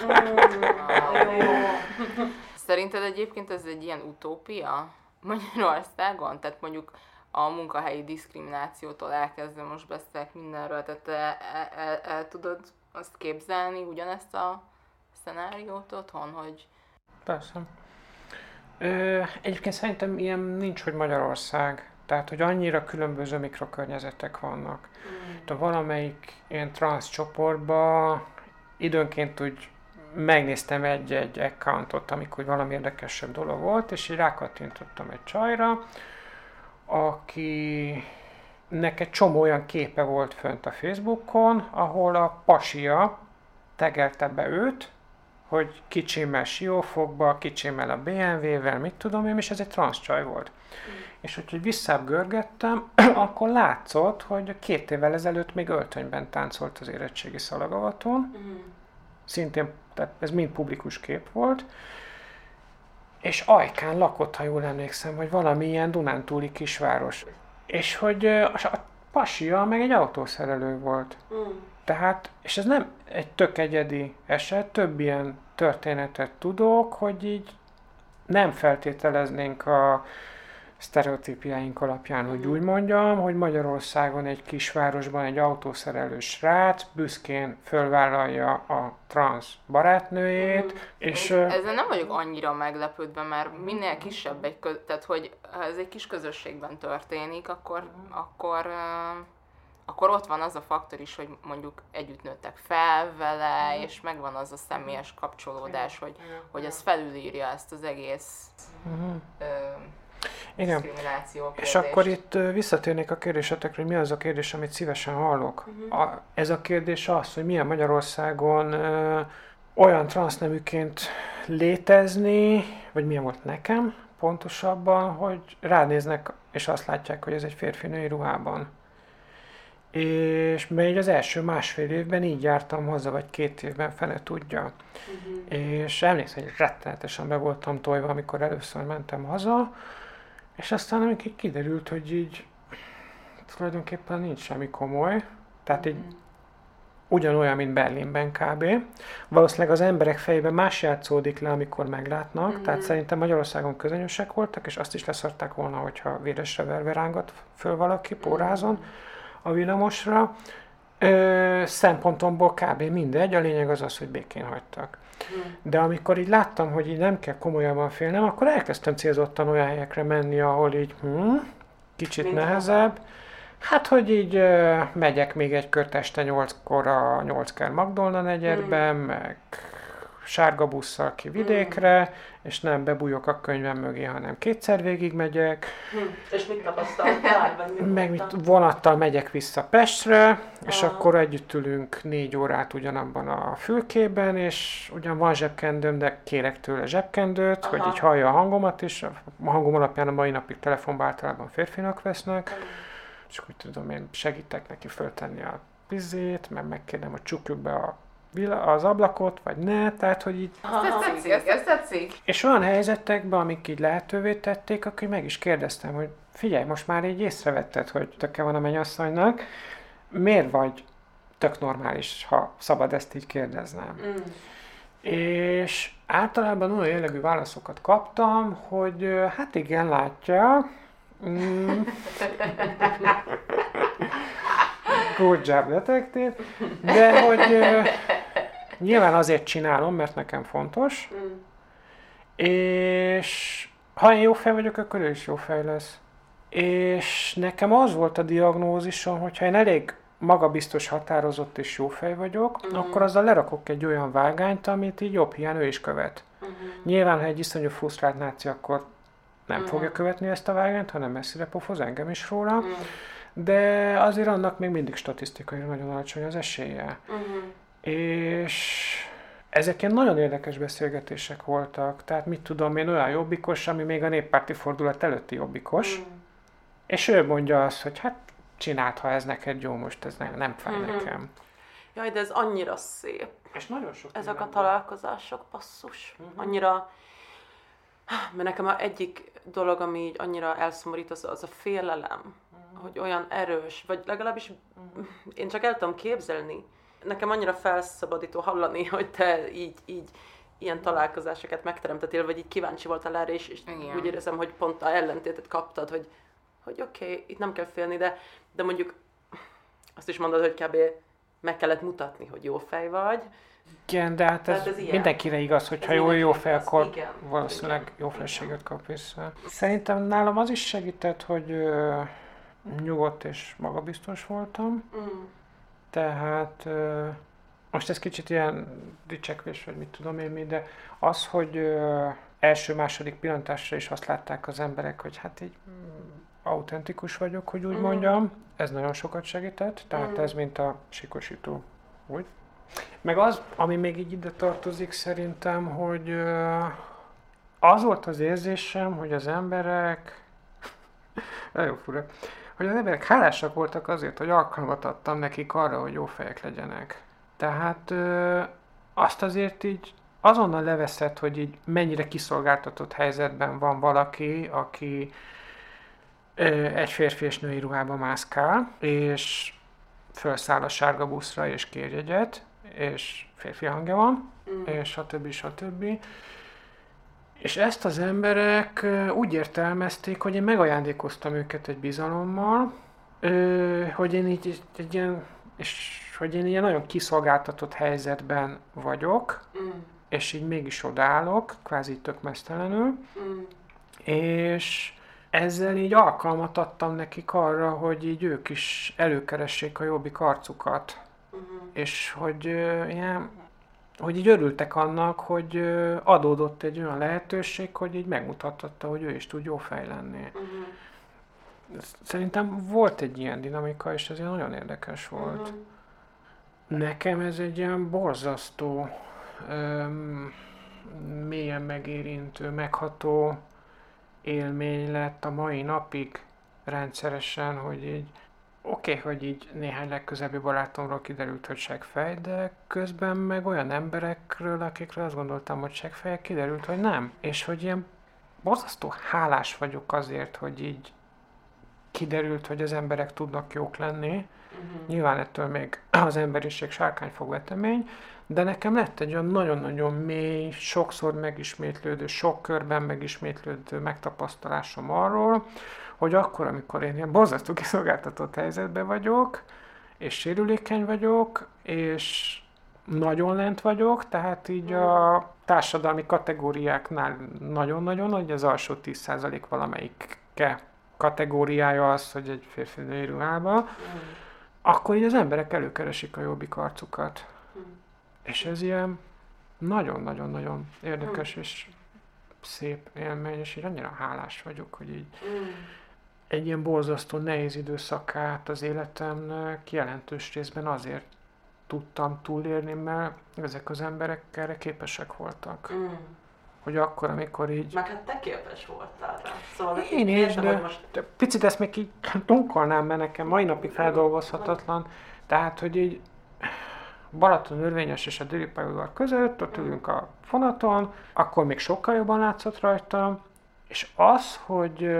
Speaker 2: Szerinted egyébként ez egy ilyen utópia Magyarországon? Tehát mondjuk a munkahelyi diszkriminációtól elkezdve most beszélek mindenről, tehát el tudod azt képzelni, ugyanezt a szenáriót otthon, hogy...
Speaker 3: Persze. Egyébként szerintem ilyen nincs, hogy Magyarország. Tehát, hogy annyira különböző mikrokörnyezetek vannak. De valamelyik ilyen transz csoportban időnként úgy megnéztem egy accountot, amikor valami érdekesebb dolog volt, és így rákattintottam egy csajra, akinek egy csomó olyan képe volt fönt a Facebookon, ahol a pasia tegelte be őt, hogy kicsimmel Siófokba, kicsimmel a BMW-vel, mit tudom én, és ez egy transz csaj volt. És hogyha visszább görgettem, akkor látszott, hogy 2 évvel ezelőtt még öltönyben táncolt az érettségi szalagavaton. Szintén, tehát ez mind publikus kép volt. És Ajkán lakott, ha jól emlékszem, hogy valamilyen dunántúli kisváros. És hogy a pasia meg egy autószerelő volt. Tehát, és ez nem egy tök egyedi eset, több ilyen történetet tudok, hogy így nem feltételeznénk a sztereotípiáink alapján, hogy úgy mondjam, hogy Magyarországon egy kisvárosban egy autószerelő srác büszkén fölvállalja a transz barátnőjét, és...
Speaker 2: Ezzel nem vagyok annyira meglepődve, mert minél kisebb tehát hogy ha ez egy kis közösségben történik, akkor ott van az a faktor is, hogy mondjuk együtt nőttek fel vele, és megvan az a személyes kapcsolódás, hogy ez felülírja ezt az egész diszkrimináció kérdést.
Speaker 3: És akkor itt visszatérnék a kérdésetekre, hogy mi az a kérdés, amit szívesen hallok. Ez a kérdés az, hogy milyen Magyarországon olyan transzneműként létezni, vagy milyen volt nekem pontosabban, hogy ránéznek, és azt látják, hogy ez egy férfi-női ruhában. És még az első 1,5 évben így jártam haza, vagy 2 évben, fene tudja. És emlékszem, hogy rettenetesen be voltam tojva, amikor először mentem haza, és aztán amikor kiderült, hogy így tulajdonképpen nincs semmi komoly, tehát így ugyanolyan, mint Berlinben kb. Valószínűleg az emberek fejében más játszódik le, amikor meglátnak, tehát szerintem Magyarországon közönösek voltak, és azt is leszarták volna, hogyha véresre verve rángat föl valaki pórázon a villamosra. Szempontomból kb. Mindegy, a lényeg az, hogy békén hagytak. De amikor így láttam, hogy így nem kell komolyabban félnem, akkor elkezdtem célzottan olyan helyekre menni, ahol így kicsit nehezebb. Hát, hogy így megyek még egy kört este 8-kor a 8 Magdolna negyedben, meg sárga busszal ki vidékre, és nem bebújok a könyvem mögé, hanem 2-szer végig megyek.
Speaker 1: És mit tapasztaltál?
Speaker 3: Meg vonattal megyek vissza Pestre, és akkor együtt ülünk 4 órát ugyanabban a fülkében, és ugyan van zsebkendőm, de kérek tőle zsebkendőt, hogy így hallja a hangomat is. A hangom alapján a mai napig telefonban általában férfinak vesznek, és úgy tudom, én segítek neki föltenni a pizét, mert megkérdem, hogy csukjuk be a az ablakot, vagy ne, tehát, hogy így...
Speaker 2: Ez tetszik.
Speaker 3: És olyan helyzetekben, amik így lehetővé tették, akkor meg is kérdeztem, hogy figyelj, most már így észrevetted, hogy töke van a mennyasszonynak, miért vagy tök normális, ha szabad ezt így kérdeznem. És általában olyan jellegű válaszokat kaptam, hogy hát igen, látja. Good job, detective. De hogy nyilván azért csinálom, mert nekem fontos. És ha én jó fej vagyok, akkor ő is jó fej lesz. És nekem az volt a diagnózisom, hogyha én elég magabiztos, határozott és jó fej vagyok, akkor azzal lerakok egy olyan vágányt, amit így jobb hiány ő is követ. Nyilván, ha egy iszonyú frusztrált náci, akkor nem fogja követni ezt a vágányt, hanem messzire pofoz engem is róla. De azért annak még mindig statisztikai nagyon alacsony az esélye. És ezek ilyen nagyon érdekes beszélgetések voltak. Tehát mit tudom én, olyan jobbikos, ami még a néppárti fordulat előtti jobbikos. És ő mondja azt, hogy hát csináld, ha ez neked jó, most ez nem fáj nekem.
Speaker 1: Jaj, de ez annyira szép.
Speaker 3: És nagyon sok
Speaker 1: ezek a találkozások, basszus. Annyira... Mert nekem a egyik dolog, ami így annyira elszomorít, az a félelem, hogy olyan erős, vagy legalábbis én csak el tudom képzelni. Nekem annyira felszabadító hallani, hogy te így ilyen találkozásokat megteremtettél, vagy így kíváncsi voltál erre, és úgy érzem, hogy pont a ellentétet kaptad, hogy oké, itt nem kell félni, de mondjuk azt is mondod, hogy kb. Meg kellett mutatni, hogy jó fej vagy.
Speaker 3: Igen, de hát ez mindenkire igaz, hogyha jó fej, akkor igen, valószínűleg jó felséget kap vissza. Szerintem nálam az is segített, hogy nyugodt és magabiztos voltam. Tehát most ez kicsit ilyen dicsekvés, vagy mit tudom én mi, de az, hogy első-második pillantásra is azt látták az emberek, hogy hát így autentikus vagyok, hogy úgy mondjam, ez nagyon sokat segített, tehát ez mint a sikosító, úgy. Meg az, ami még így ide tartozik szerintem, hogy az volt az érzésem, hogy az emberek, nagyon fura, hogy az emberek hálásak voltak azért, hogy alkalmat adtam nekik arra, hogy jó fejek legyenek. Tehát azt azért így azonnal leveszed, hogy így mennyire kiszolgáltatott helyzetben van valaki, aki egy férfi és női ruhába mászkál, és felszáll a sárga buszra és kér jegyet, és férfi hangja van, és stb. És ezt az emberek úgy értelmezték, hogy én megajándékoztam őket egy bizalommal, hogy én így egy ilyen, és hogy én ilyen nagyon kiszolgáltatott helyzetben vagyok, és így mégis odaállok, kvázi tök meztelenül, és ezzel így alkalmat adtam nekik arra, hogy így ők is előkeressék a jobbik arcukat. És hogy így örültek annak, hogy adódott egy olyan lehetőség, hogy így megmutatta, hogy ő is tud jó fej lenni. Szerintem volt egy ilyen dinamika, és ez nagyon érdekes volt. Nekem ez egy ilyen borzasztó, mélyen megérintő, megható élmény lett a mai napig rendszeresen, hogy így oké, hogy így néhány legközelebbi barátomról kiderült, hogy seggfej, de közben meg olyan emberekről, akikről azt gondoltam, hogy seggfejek, kiderült, hogy nem. És hogy ilyen borzasztó hálás vagyok azért, hogy így kiderült, hogy az emberek tudnak jók lenni. Nyilván ettől még az emberiség sárkányfogvetemény, de nekem lett egy olyan nagyon-nagyon mély, sokszor megismétlődő, sok körben megismétlődő megtapasztalásom arról, hogy akkor, amikor én ilyen borzasztó kiszolgáltatott helyzetben vagyok, és sérülékeny vagyok, és nagyon lent vagyok, tehát így a társadalmi kategóriáknál nagyon-nagyon nagy, az alsó 10% valamelyike kategóriája az, hogy egy férfi női ruhába, akkor így az emberek előkeresik a jobbik arcukat. És ez ilyen nagyon-nagyon-nagyon érdekes és szép élmény, és így annyira hálás vagyok, hogy így egy ilyen borzasztó nehéz időszakát az életemnek jelentős részben azért tudtam túlélni, mert ezek az emberek erre képesek voltak. Hogy akkor, amikor így...
Speaker 1: Meg hát te képes voltál rá. Szóval
Speaker 3: én is, de most... picit ezt még így tunkolnám, mert nekem mai napig feldolgozhatatlan. Tehát, hogy így Balatonörvényes és a Déli pályaudvar között, ott ülünk a vonaton, akkor még sokkal jobban látszott rajta, és az, hogy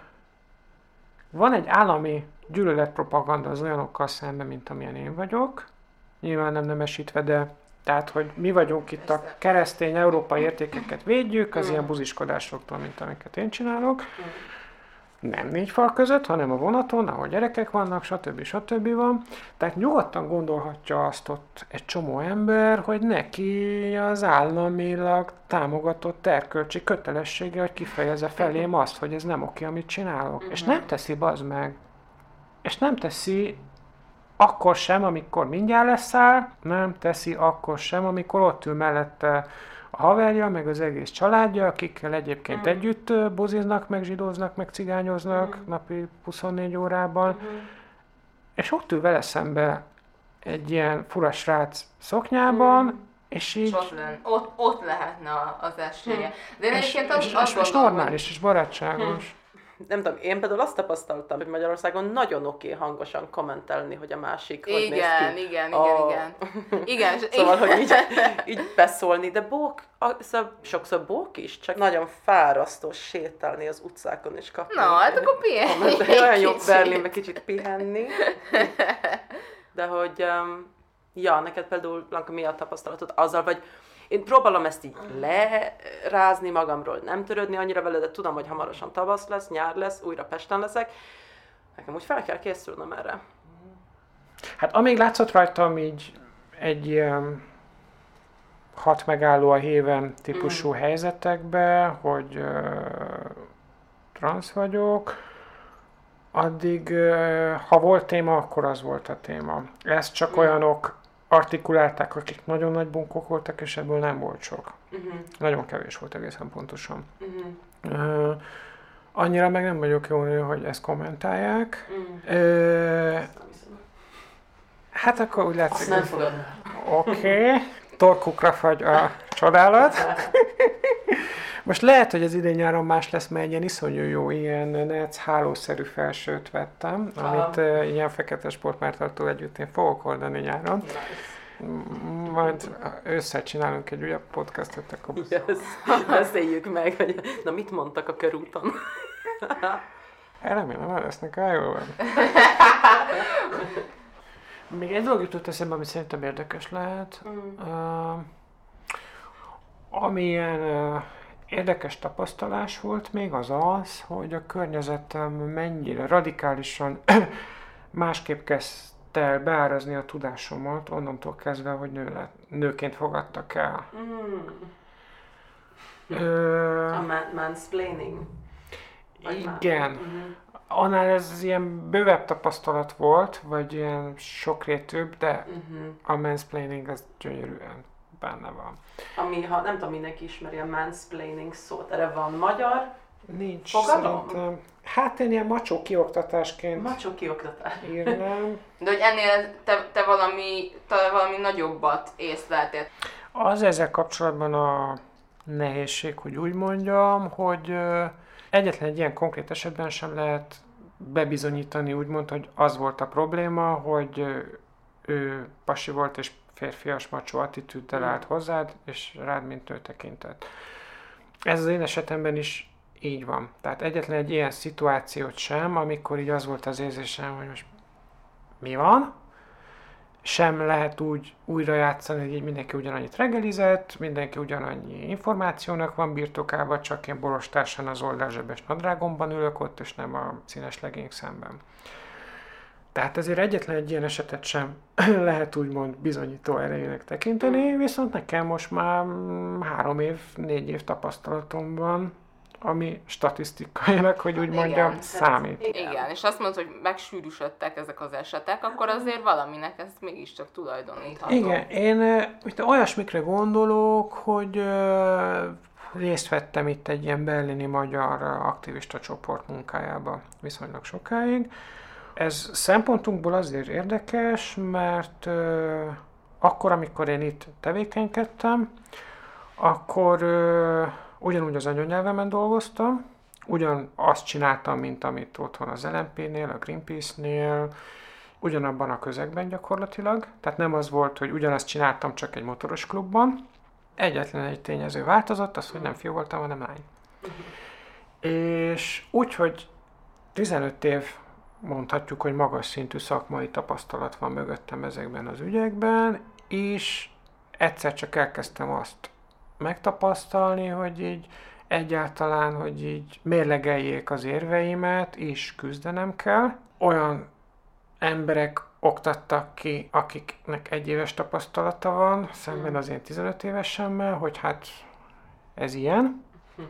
Speaker 3: van egy állami gyűlöletpropaganda az olyanokkal szemben, mint amilyen én vagyok, nyilván nem nemesítve, de tehát, hogy mi vagyunk itt a keresztény európai értékeket védjük, az ilyen buziskodásoktól, mint amiket én csinálok. Nem 4 fal között, hanem a vonaton, ahol gyerekek vannak, stb. Van. Tehát nyugodtan gondolhatja azt ott egy csomó ember, hogy neki az államilag támogatott erkölcsi kötelessége, hogy kifejezze felém azt, hogy ez nem oké, amit csinálok. És nem teszi, bazd meg. És nem teszi akkor sem, amikor mindjárt leszáll, nem teszi akkor sem, amikor ott ül mellette a haverja, meg az egész családja, akikkel egyébként együtt buziznak, meg zsidóznak, meg cigányoznak napi 24 órában, és ott ül vele szembe egy ilyen fura srác szoknyában, és így...
Speaker 2: Ott lehetne az esélye. De én egyébként
Speaker 3: és normális, és barátságos.
Speaker 1: Nem tudom, én például azt tapasztaltam, hogy Magyarországon nagyon oké hangosan kommentelni, hogy a másik hogy néz ki.
Speaker 2: Igen.
Speaker 1: Szóval, hogy így beszólni, de szóval sokszor bók is, csak nagyon fárasztó sétálni az utcákon és kapni.
Speaker 2: Na, hát akkor pihenni.
Speaker 1: Olyan jobb Berlinbe kicsit pihenni. De hogy, neked például, Blanka, mi a tapasztalatod azzal, vagy én próbálom ezt így lerázni magamról, nem törődni annyira vele, de tudom, hogy hamarosan tavasz lesz, nyár lesz, újra Pesten leszek. Nekem úgy fel kell készülnöm erre.
Speaker 3: Hát amíg látszott rajtam így egy ilyen 6 megálló a héven típusú helyzetekbe, hogy transz vagyok, addig, ha volt téma, akkor az volt a téma. Ezt csak olyanok artikulálták, akik nagyon nagy bunkók voltak, és ebből nem volt sok. Nagyon kevés volt egészen pontosan. Annyira meg nem vagyok jó nő, hogy ezt kommentálják. Hát akkor úgy látszik.
Speaker 1: Azt nem fogod.
Speaker 3: Oké. Torkukra fagy a csodálat. Most lehet, hogy az idén-nyáron más lesz, mert egy ilyen iszonyú jó, ilyen netsz hálószerű felsőt vettem, amit ilyen fekete sportmártartó együtt én fogok oldani nyáron. Majd összecsinálunk egy újabb podcastot, akkor
Speaker 1: beszéljük meg, hogy na mit mondtak a körúton.
Speaker 3: Remélem, el lesznek jól. Még egy dolog jutott eszembe, amit szerintem érdekes lehet. Amilyen érdekes tapasztalás volt még az, hogy a környezetem mennyire radikálisan másképp kezdte el beárazni a tudásomat, onnantól kezdve, hogy nőként fogadtak el.
Speaker 1: A mansplaining?
Speaker 3: Igen. Annál ez ilyen bővebb tapasztalat volt, vagy ilyen sokrétűbb, de a mansplaining az gyönyörűen benne van.
Speaker 1: Ami, ha nem tudom, mindenki ismeri a mansplaining szót, erre van magyar
Speaker 3: nincs
Speaker 1: fogalom?
Speaker 3: Szerintem. Hát én ilyen macsó kioktatásként
Speaker 1: macsó kioktatás
Speaker 3: írnám.
Speaker 2: De hogy ennél te valami nagyobbat észleltél.
Speaker 3: Az ezzel kapcsolatban a nehézség, hogy úgy mondjam, hogy egyetlen egy ilyen konkrét esetben sem lehet bebizonyítani, úgymond, hogy az volt a probléma, hogy ő pasi volt és férfias macsó attitűddel állt hozzád, és rád mint nő tekintett. Ez az én esetemben is így van. Tehát egyetlen egy ilyen szituációt sem, amikor így az volt az érzésem, hogy most mi van, sem lehet úgy újra játszani, hogy így mindenki ugyanannyit reggelizett, mindenki ugyanannyi információnak van birtokában, csak én borostársan az oldalzsebes nadrágomban ülök ott, és nem a színes legény szemben. Tehát ezért egyetlen egy ilyen esetet sem lehet úgymond bizonyító erejének tekinteni, viszont nekem most már 4 év tapasztalatom van, ami statisztikailag, hogy úgy mondjam, számít.
Speaker 2: Igen, és azt mondod, hogy megsűrűsödtek ezek az esetek, akkor azért valaminek ezt mégiscsak tulajdonítható.
Speaker 3: Igen, én olyasmikre gondolok, hogy részt vettem itt egy ilyen berlini magyar aktivista csoport munkájába viszonylag sokáig. Ez szempontunkból azért érdekes, mert akkor, amikor én itt tevékenykedtem, akkor ugyanúgy az anyanyelvemen dolgoztam, ugyan azt csináltam, mint amit otthon az LMP-nél, a Greenpeace-nél, ugyanabban a közegben gyakorlatilag, tehát nem az volt, hogy ugyanazt csináltam csak egy motoros klubban. Egyetlen egy tényező változott, az, hogy nem fiú voltam, hanem lány. És úgy, hogy 15 év, mondhatjuk, hogy magas szintű szakmai tapasztalat van mögöttem ezekben az ügyekben, és egyszer csak elkezdtem azt megtapasztalni, hogy így egyáltalán, hogy így mérlegeljék az érveimet, és küzdenem kell. Olyan emberek oktattak ki, akiknek 1 éves tapasztalata van, szemben az én 15 évesemmel, hogy hát ez ilyen.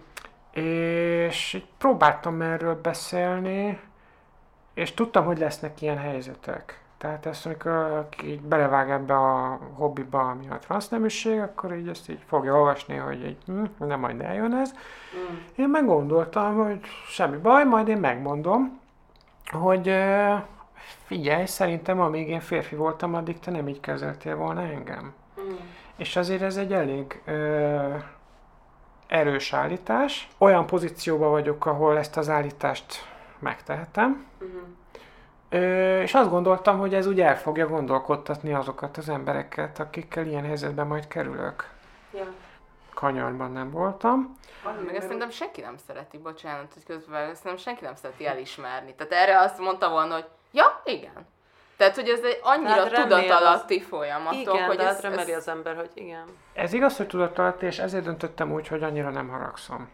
Speaker 3: És így próbáltam erről beszélni, és tudtam, hogy lesznek ilyen helyzetek. Tehát ezt, amikor így belevág ebbe a hobbiba, ami a transzneműség, akkor így ezt így fogja olvasni, hogy így, nem majd eljön ez. Én meg gondoltam, hogy semmi baj, majd én megmondom, hogy figyelj, szerintem amíg én férfi voltam, addig te nem így kezeltél volna engem. És azért ez egy elég erős állítás. Olyan pozícióban vagyok, ahol ezt az állítást megtehetem. És azt gondoltam, hogy ez úgy el fogja gondolkodtatni azokat az embereket, akikkel ilyen helyzetben majd kerülök.
Speaker 1: Ja.
Speaker 3: Kanyarban nem voltam.
Speaker 2: Meg ezt szerintem senki nem szereti, bocsánat, hogy közben, szerintem senki nem szereti elismerni. Tehát erre azt mondta volna, hogy ja, igen. Tehát, hogy ez egy annyira tudatalatti folyamatok,
Speaker 1: igen,
Speaker 2: hogy
Speaker 1: de
Speaker 2: ez
Speaker 1: remeli az ember, hogy igen.
Speaker 3: Ez igaz, hogy tudatalatti, és ezért döntöttem úgy, hogy annyira nem haragszom.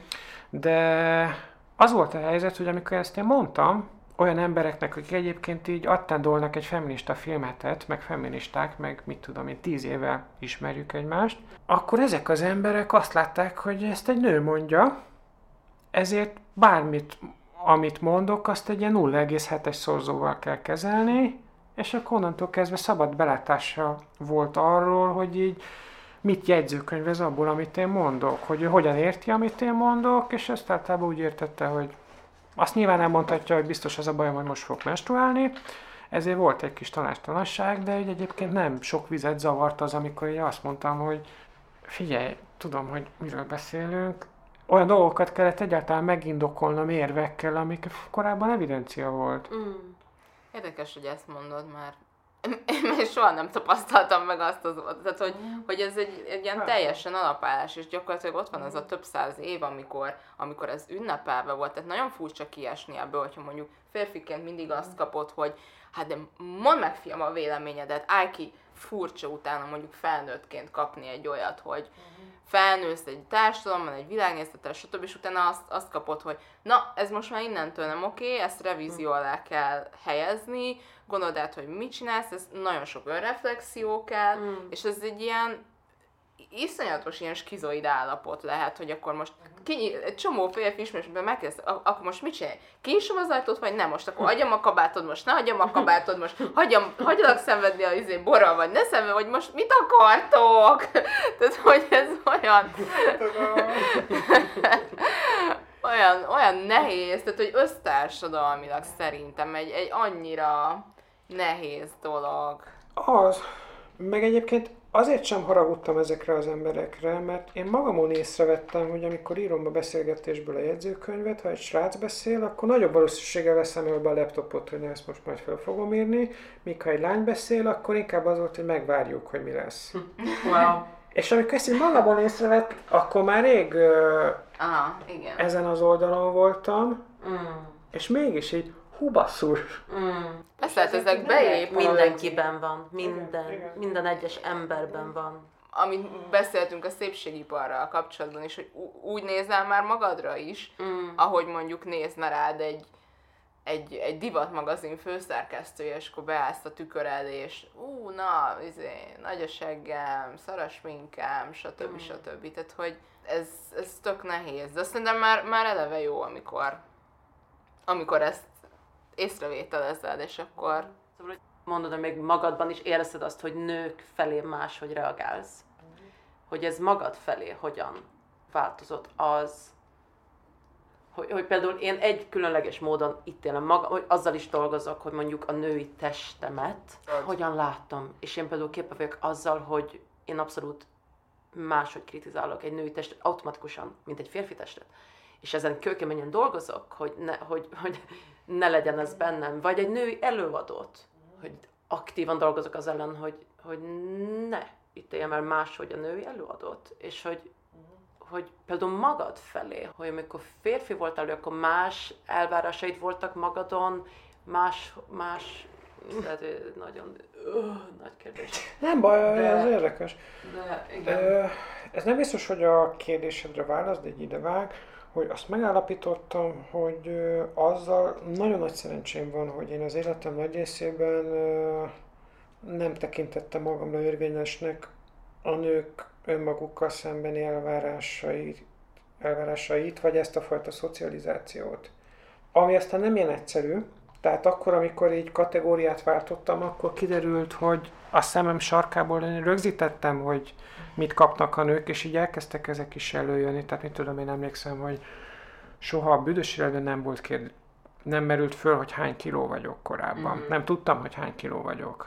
Speaker 3: De az volt a helyzet, hogy amikor ezt én mondtam, olyan embereknek, akik egyébként így attendolnak egy feminista filmetet, meg feministák, meg mit tudom én, 10 éve ismerjük egymást, akkor ezek az emberek azt látták, hogy ezt egy nő mondja, ezért bármit, amit mondok, azt egy ilyen 0,7-es szorzóval kell kezelni, és akkor onnantól kezdve szabad belátása volt arról, hogy így mit jegyzőkönyvez abból, amit én mondok, hogy ő hogyan érti, amit én mondok, és ezt általában úgy értette, hogy azt nyilván nem mondhatja, hogy biztos az a bajom, hogy most fogok menstruálni, ezért volt egy kis tanástalanság, de így egyébként nem sok vizet zavart az, amikor én azt mondtam, hogy figyelj, tudom, hogy miről beszélünk, olyan dolgokat kellett egyáltalán megindokolnom érvekkel, amik korábban evidencia volt.
Speaker 2: Érdekes, hogy ezt mondod, mert én soha nem tapasztaltam meg azt az, tehát hogy ez egy ilyen teljesen alapállás, és gyakorlatilag ott van az a több száz év, amikor ez ünnepelve volt, tehát nagyon furcsa kiesni ebből, hogyha mondjuk férfiként mindig azt kapod, hogy hát de mondd meg, fiam, a véleményedet, állj ki, furcsa utána mondjuk felnőttként kapni egy olyat, hogy felnősz egy társadalomban, egy világnézettel, stb. És utána azt kapod, hogy na, ez most már innentől nem oké, ezt revízió alá kell helyezni, gondold át, hogy mit csinálsz, ez nagyon sok önreflexió kell, és ez egy ilyen iszonyatos ilyen skizoid állapot lehet, hogy akkor most egy csomó férfi ismerősben megkezd, akkor most mit csinálj? Kinyisom az ajtót, vagy nem? Most akkor hagyjam a kabátod, most ne hagyjam a kabátod, most hagylak szenvedni a borral, vagy ne szenvedj, vagy most mit akartok? Tehát, hogy ez olyan nehéz, tehát, hogy össztársadalmilag szerintem egy annyira nehéz dolog.
Speaker 3: Az. Meg egyébként azért sem haragudtam ezekre az emberekre, mert én magamon észrevettem, hogy amikor írom a beszélgetésből a jegyzőkönyvet, ha egy srác beszél, akkor nagyobb valószínűséggel veszem el be a laptopot, hogy ezt most majd fel fogom írni, míg ha egy lány beszél, akkor inkább az volt, hogy megvárjuk, hogy mi lesz.
Speaker 1: Wow.
Speaker 3: És amikor ezt én magamon észrevett, akkor már rég
Speaker 2: igen.
Speaker 3: ezen az oldalon voltam, és mégis így, hú basszus.
Speaker 2: Persze, hát ezek beépül.
Speaker 1: Mindenkiben van,
Speaker 3: Igen.
Speaker 1: minden egyes emberben van.
Speaker 2: Amit beszéltünk a szépségiparral kapcsolatban is, hogy úgy nézel már magadra is, ahogy mondjuk nézne rád egy divatmagazin főszerkesztője, és akkor beállsz a tükör elé, és na, nagy a seggem, szar a sminkem, stb. Tehát, hogy ez tök nehéz. De szerintem már eleve jó, amikor ezt észrevételezed, és akkor...
Speaker 1: Mondod, hogy még magadban is érezted azt, hogy nők felé máshogy reagálsz. Hogy ez magad felé hogyan változott az, hogy például én egy különleges módon ítélem magam, hogy azzal is dolgozok, hogy mondjuk a női testemet hogyan láttam. És én például képbe vagyok azzal, hogy én abszolút máshogy kritizálok egy női testet automatikusan, mint egy férfi testet. És ezen kőkeményen dolgozok, hogy ne legyen ez bennem. Vagy egy női előadót. aktívan dolgozok az ellen, hogy ne ítéljem el máshogy a női előadót, és hogy például magad felé, hogy amikor férfi voltál, akkor más elvárásaid voltak magadon, más tehát nagyon nagy kérdés.
Speaker 3: Nem baj, ez érdekes.
Speaker 1: De igen.
Speaker 3: Ez nem biztos, hogy a kérdésedre válasz, de egy idevág, hogy azt megállapítottam, hogy azzal nagyon nagy szerencsém van, hogy én az életem nagy részében nem tekintettem magamra érvényesnek a nők önmagukkal szembeni elvárásait, vagy ezt a fajta szocializációt. Ami aztán nem ilyen egyszerű, tehát akkor, amikor így kategóriát váltottam, akkor kiderült, hogy a szemem sarkából én rögzítettem, hogy mit kapnak a nők, és így elkezdtek ezek is előjönni. Tehát mit tudom, én emlékszem, hogy soha a büdös életben nem volt nem merült föl, hogy hány kiló vagyok korábban. Nem tudtam, hogy hány kiló vagyok.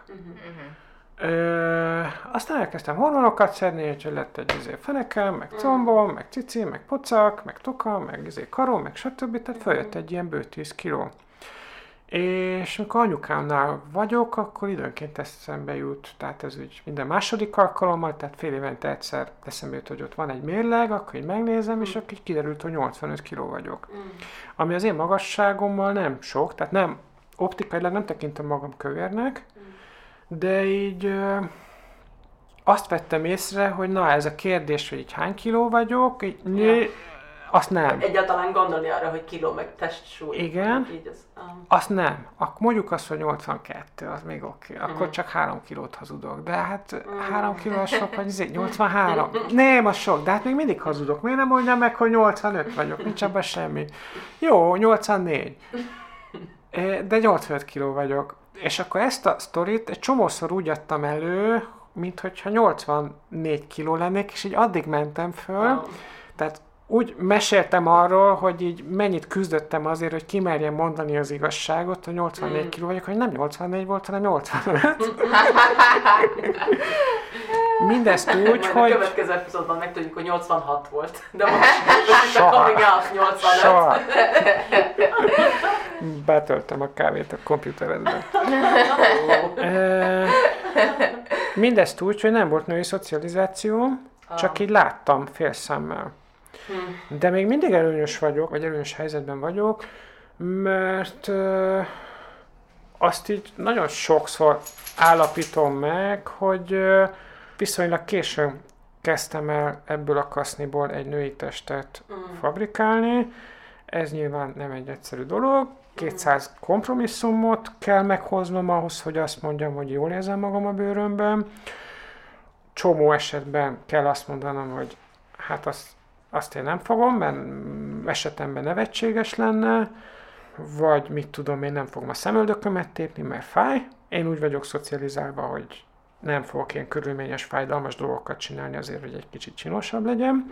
Speaker 3: Aztán elkezdtem hormonokat szedni, és lett egy fenekem, meg combom, meg cici, meg pocak, meg toka, meg karom, meg stb. Tehát följött egy ilyen bő 10 kiló. És amikor anyukámnál vagyok, akkor időnként eszembe jut, tehát ez úgy minden második alkalommal, tehát fél évente egyszer eszembe jut, hogy ott van egy mérleg, akkor így megnézem, és akkor így kiderült, hogy 85 kiló vagyok. Ami az én magasságommal nem sok, tehát nem, optikailag nem tekintem magam kövérnek, de így azt vettem észre, hogy na ez a kérdés, hogy így hány kiló vagyok, így, azt nem.
Speaker 1: Egyáltalán gondolni arra, hogy kiló meg testsúly.
Speaker 3: Igen.
Speaker 1: Így az,
Speaker 3: azt nem. Akkor mondjuk azt, hogy 82, az még oké. Akkor csak 3 kilót hazudok. De hát 3 kiló az sok, vagy 83. Nem, az sok. De hát még mindig hazudok. Miért nem mondjam meg, hogy 85 vagyok? Nincs abban semmi. Jó, 84. De 85 kiló vagyok. És akkor ezt a sztorit egy csomószor úgy adtam elő, mint hogyha 84 kiló lennék, és így addig mentem föl. Tehát úgy meséltem arról, hogy így mennyit küzdöttem azért, hogy kimerjem mondani az igazságot, hogy 84 kiló vagyok, hogy nem 84 volt, hanem 85. Mindezt úgy,
Speaker 1: majd
Speaker 3: hogy...
Speaker 1: a következő epizódban megtudjuk, hogy 86 volt. De most a coming out 85.
Speaker 3: Soha. Betöltem a kávét a komputeredbe. Mindezt úgy, hogy nem volt női szocializáció, csak így láttam félszemmel. De még mindig előnyös vagyok, vagy előnyös helyzetben vagyok, mert azt így nagyon sokszor állapítom meg, hogy viszonylag későn kezdtem el ebből a kaszniból egy női testet fabrikálni. Ez nyilván nem egy egyszerű dolog. 200 kompromisszumot kell meghoznom ahhoz, hogy azt mondjam, hogy jól érzem magam a bőrömben. Csomó esetben kell azt mondanom, hogy hát azt én nem fogom, mert esetemben nevetséges lenne, vagy mit tudom, én nem fogom a szemöldökömet tépni, mert fáj. Én úgy vagyok szocializálva, hogy nem fogok ilyen körülményes, fájdalmas dolgokat csinálni azért, hogy egy kicsit csinosabb legyen.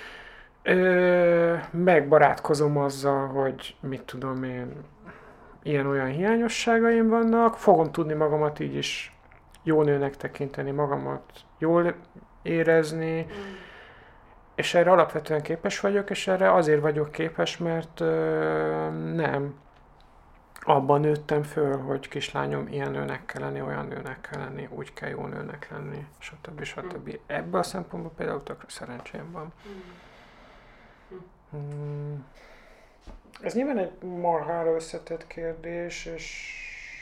Speaker 3: Megbarátkozom azzal, hogy mit tudom én, ilyen-olyan hiányosságaim vannak. Fogom tudni magamat így is jó nőnek tekinteni, magamat jól érezni, és erre alapvetően képes vagyok, és erre azért vagyok képes, mert nem abban nőttem föl, hogy kislányom, ilyen nőnek kell lenni, olyan nőnek kell lenni, úgy kell jó nőnek lenni, stb. Stb. Ebből a szempontból például tökre szerencsém van. Ez nyilván egy marhára összetett kérdés, és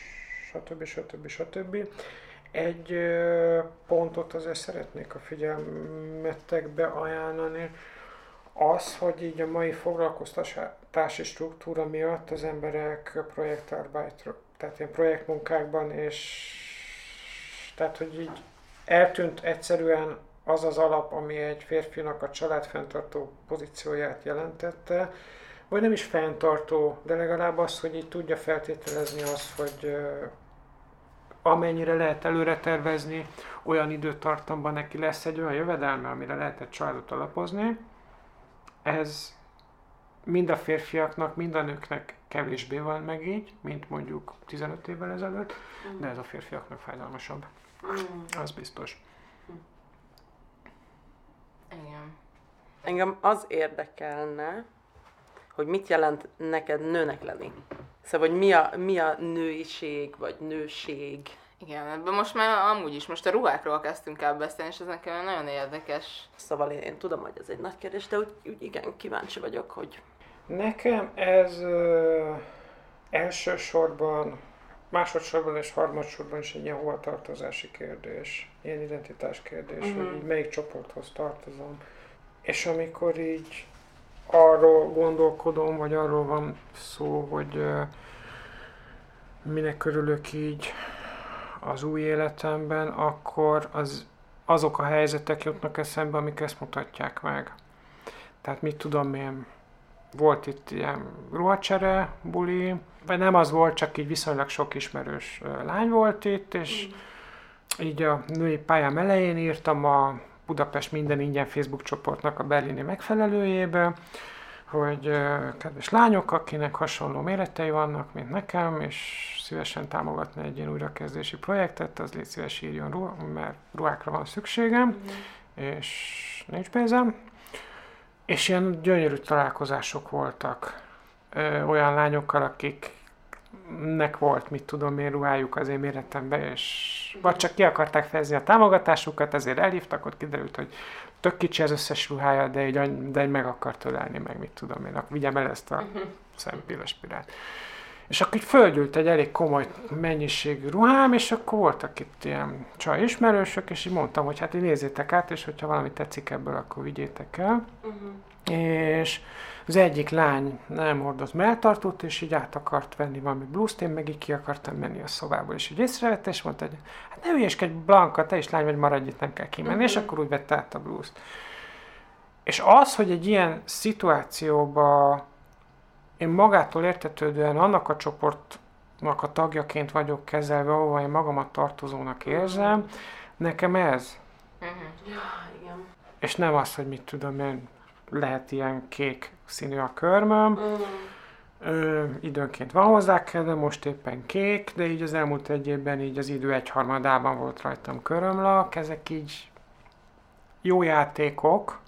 Speaker 3: stb. Egy pontot azért szeretnék a figyelmetekbe ajánlani. Az, hogy így a mai foglalkoztatási struktúra miatt az emberek tehát ilyen projektmunkákban, és tehát, hogy így eltűnt egyszerűen az az alap, ami egy férfinak a családfenntartó pozícióját jelentette, vagy nem is fenntartó, de legalább az, hogy így tudja feltételezni azt, hogy amennyire lehet előre tervezni, olyan időtartamban neki lesz egy olyan jövedelme, amire lehet egy családot alapozni. Ez mind a férfiaknak, mind a nőknek kevésbé van meg így, mint mondjuk 15 évvel ezelőtt, de ez a férfiaknak fájdalmasabb. Az biztos.
Speaker 2: Igen.
Speaker 1: Engem az érdekelne, hogy mit jelent neked nőnek lenni. Szóval, hogy mi a nőiség, vagy nőség.
Speaker 2: Igen, ebben most már amúgy is, most a ruhákról kezdtünk el beszélni, és ez nekem nagyon érdekes.
Speaker 1: Szóval én tudom, hogy ez egy nagy kérdés, de úgy igen, kíváncsi vagyok, hogy...
Speaker 3: Nekem ez elsősorban, másodszorban és harmadsorban is egy ilyen hovatartozási kérdés, ilyen identitás kérdés, hogy így melyik csoporthoz tartozom. És amikor így arról gondolkodom, vagy arról van szó, hogy minek örülök így az új életemben, akkor azok a helyzetek jutnak eszembe, amik ezt mutatják meg. Tehát mit tudom én, volt itt ilyen ruhacsere buli, vagy nem az volt, csak így viszonylag sok ismerős lány volt itt, és így a női pályám elején írtam a Budapest Minden Ingyen Facebook csoportnak a berlini megfelelőjébe, hogy kedves lányok, akinek hasonló méretei vannak, mint nekem, és szívesen támogatni egy ilyen újrakezdési projektet, az légy szíves írjon, mert ruhákra van szükségem, és nincs pénzem. És ilyen gyönyörű találkozások voltak olyan lányokkal, akiknek volt, mit tudom én, ruhájuk az én méretemben, és vagy csak ki akarták fejezni a támogatásukat, ezért elhívtak, ott kiderült, hogy tök kicsi az összes ruhája, de egy meg akart ölelni, meg mit tudom én, vigyem el ezt a szempillaszpirált. És akkor így földült egy elég komoly mennyiségű ruhám, és akkor voltak itt ilyen csaj ismerősök, és így mondtam, hogy hát így nézzétek át, és hogyha valami tetszik ebből, akkor vigyétek el. És az egyik lány nem hordoz melltartót, és így át akart venni valami blúzt, én meg így ki akartam menni a szobából, és így észrevette, és mondta, hogy hát ne hülyeskedj, Blanka, te is lány vagy, maradj itt, nem kell kimenni, és akkor úgy vette át a blúzt. És az, hogy egy ilyen szituációban én magától értetődően annak a csoportnak a tagjaként vagyok kezelve, ahova én magamat tartozónak érzem, nekem ez.
Speaker 1: Ja, igen.
Speaker 3: És nem az, hogy mit tudom én, lehet ilyen kék színű a körmöm, időnként van hozzá kell, de most éppen kék, de így az elmúlt egy évben így az idő egyharmadában volt rajtam körömlak, ezek így jó játékok,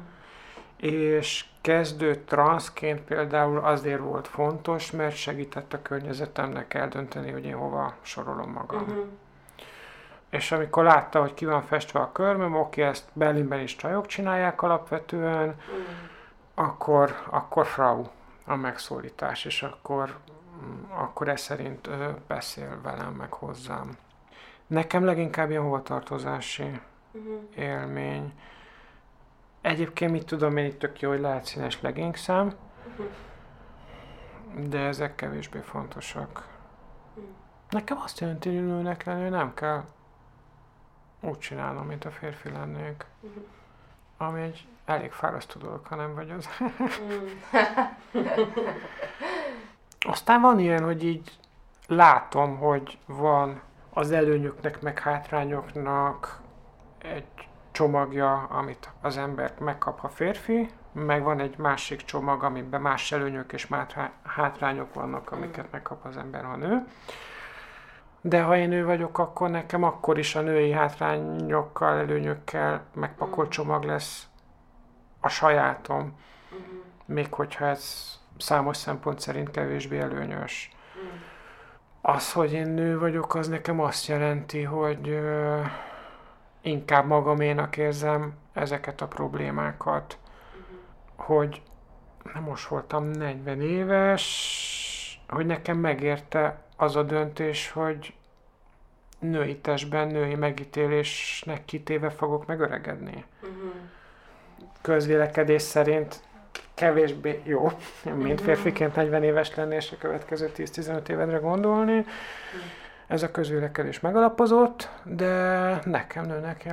Speaker 3: és kezdő transzként például azért volt fontos, mert segített a környezetemnek eldönteni, hogy én hova sorolom magam. És amikor látta, hogy ki van festve a körmöm, oké, ezt Berlinben is csajok csinálják alapvetően, akkor Frau a megszólítás, és akkor ez szerint beszél velem, meg hozzám. Nekem leginkább ilyen hovatartozási élmény. Egyébként mit tudom én, itt tök jó, hogy lehet színes leggingszem, de ezek kevésbé fontosak. Nekem azt jelenti, hogy nőnek lenni, hogy nem kell úgy csinálnom, mint a férfi lennék. Ami egy elég fárasztó dolog, ha nem vagy az. Aztán van ilyen, hogy így látom, hogy van az előnyöknek, meg hátrányoknak egy csomagja, amit az ember megkap, ha férfi, meg van egy másik csomag, amiben más előnyök és hátrányok vannak, amiket megkap az ember, ha nő. De ha én nő vagyok, akkor nekem akkor is a női hátrányokkal, előnyökkel megpakolt csomag lesz a sajátom. Még hogyha ez számos szempont szerint kevésbé előnyös. Az, hogy én nő vagyok, az nekem azt jelenti, hogy inkább magaménak érzem ezeket a problémákat. Hogy nem most voltam 40 éves, hogy nekem megérte az a döntés, hogy női testben, női megítélésnek kitéve fogok megöregedni. Közvélekedés szerint kevésbé jó, mint férfiként 40 éves lenni, és a következő 10-15 évedre gondolni. Ez a közvélekedés megalapozott, de nekem nőnek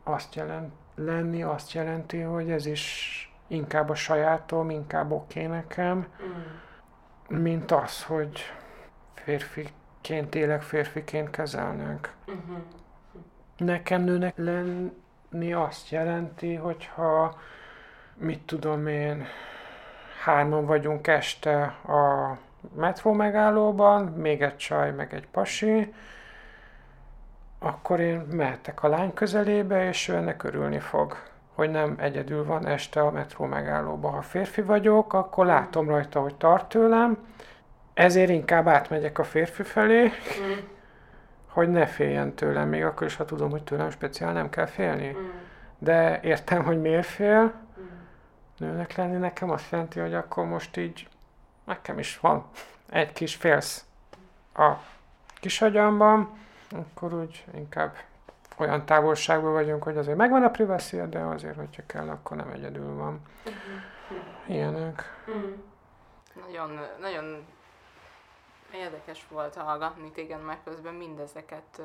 Speaker 3: azt jelenti, hogy ez is inkább a sajátom, inkább oké nekem, mint az, hogy férfiként élek, férfiként kezelnek. Nekem nőnek lenni azt jelenti, hogyha, mit tudom én, 3-an vagyunk este a metró megállóban, még egy csaj, meg egy pasi, akkor én mehetek a lány közelébe, és ő ennek örülni fog, hogy nem egyedül van este a metró megállóban. Ha férfi vagyok, akkor látom rajta, hogy tart tőlem, ezért inkább átmegyek a férfi felé, hogy ne féljen tőlem, még akkor is, ha tudom, hogy tőlem speciál nem kell félni. De értem, hogy miért fél. Nőnek lenni nekem azt jelenti, hogy akkor most így nekem is van egy kis félsz a kisagyamban, akkor úgy inkább olyan távolságban vagyunk, hogy azért megvan a privacy, de azért, hogyha kell, akkor nem egyedül van. Ilyenek.
Speaker 2: Nagyon, nagyon érdekes volt hallgatni téged, meg közben mindezeket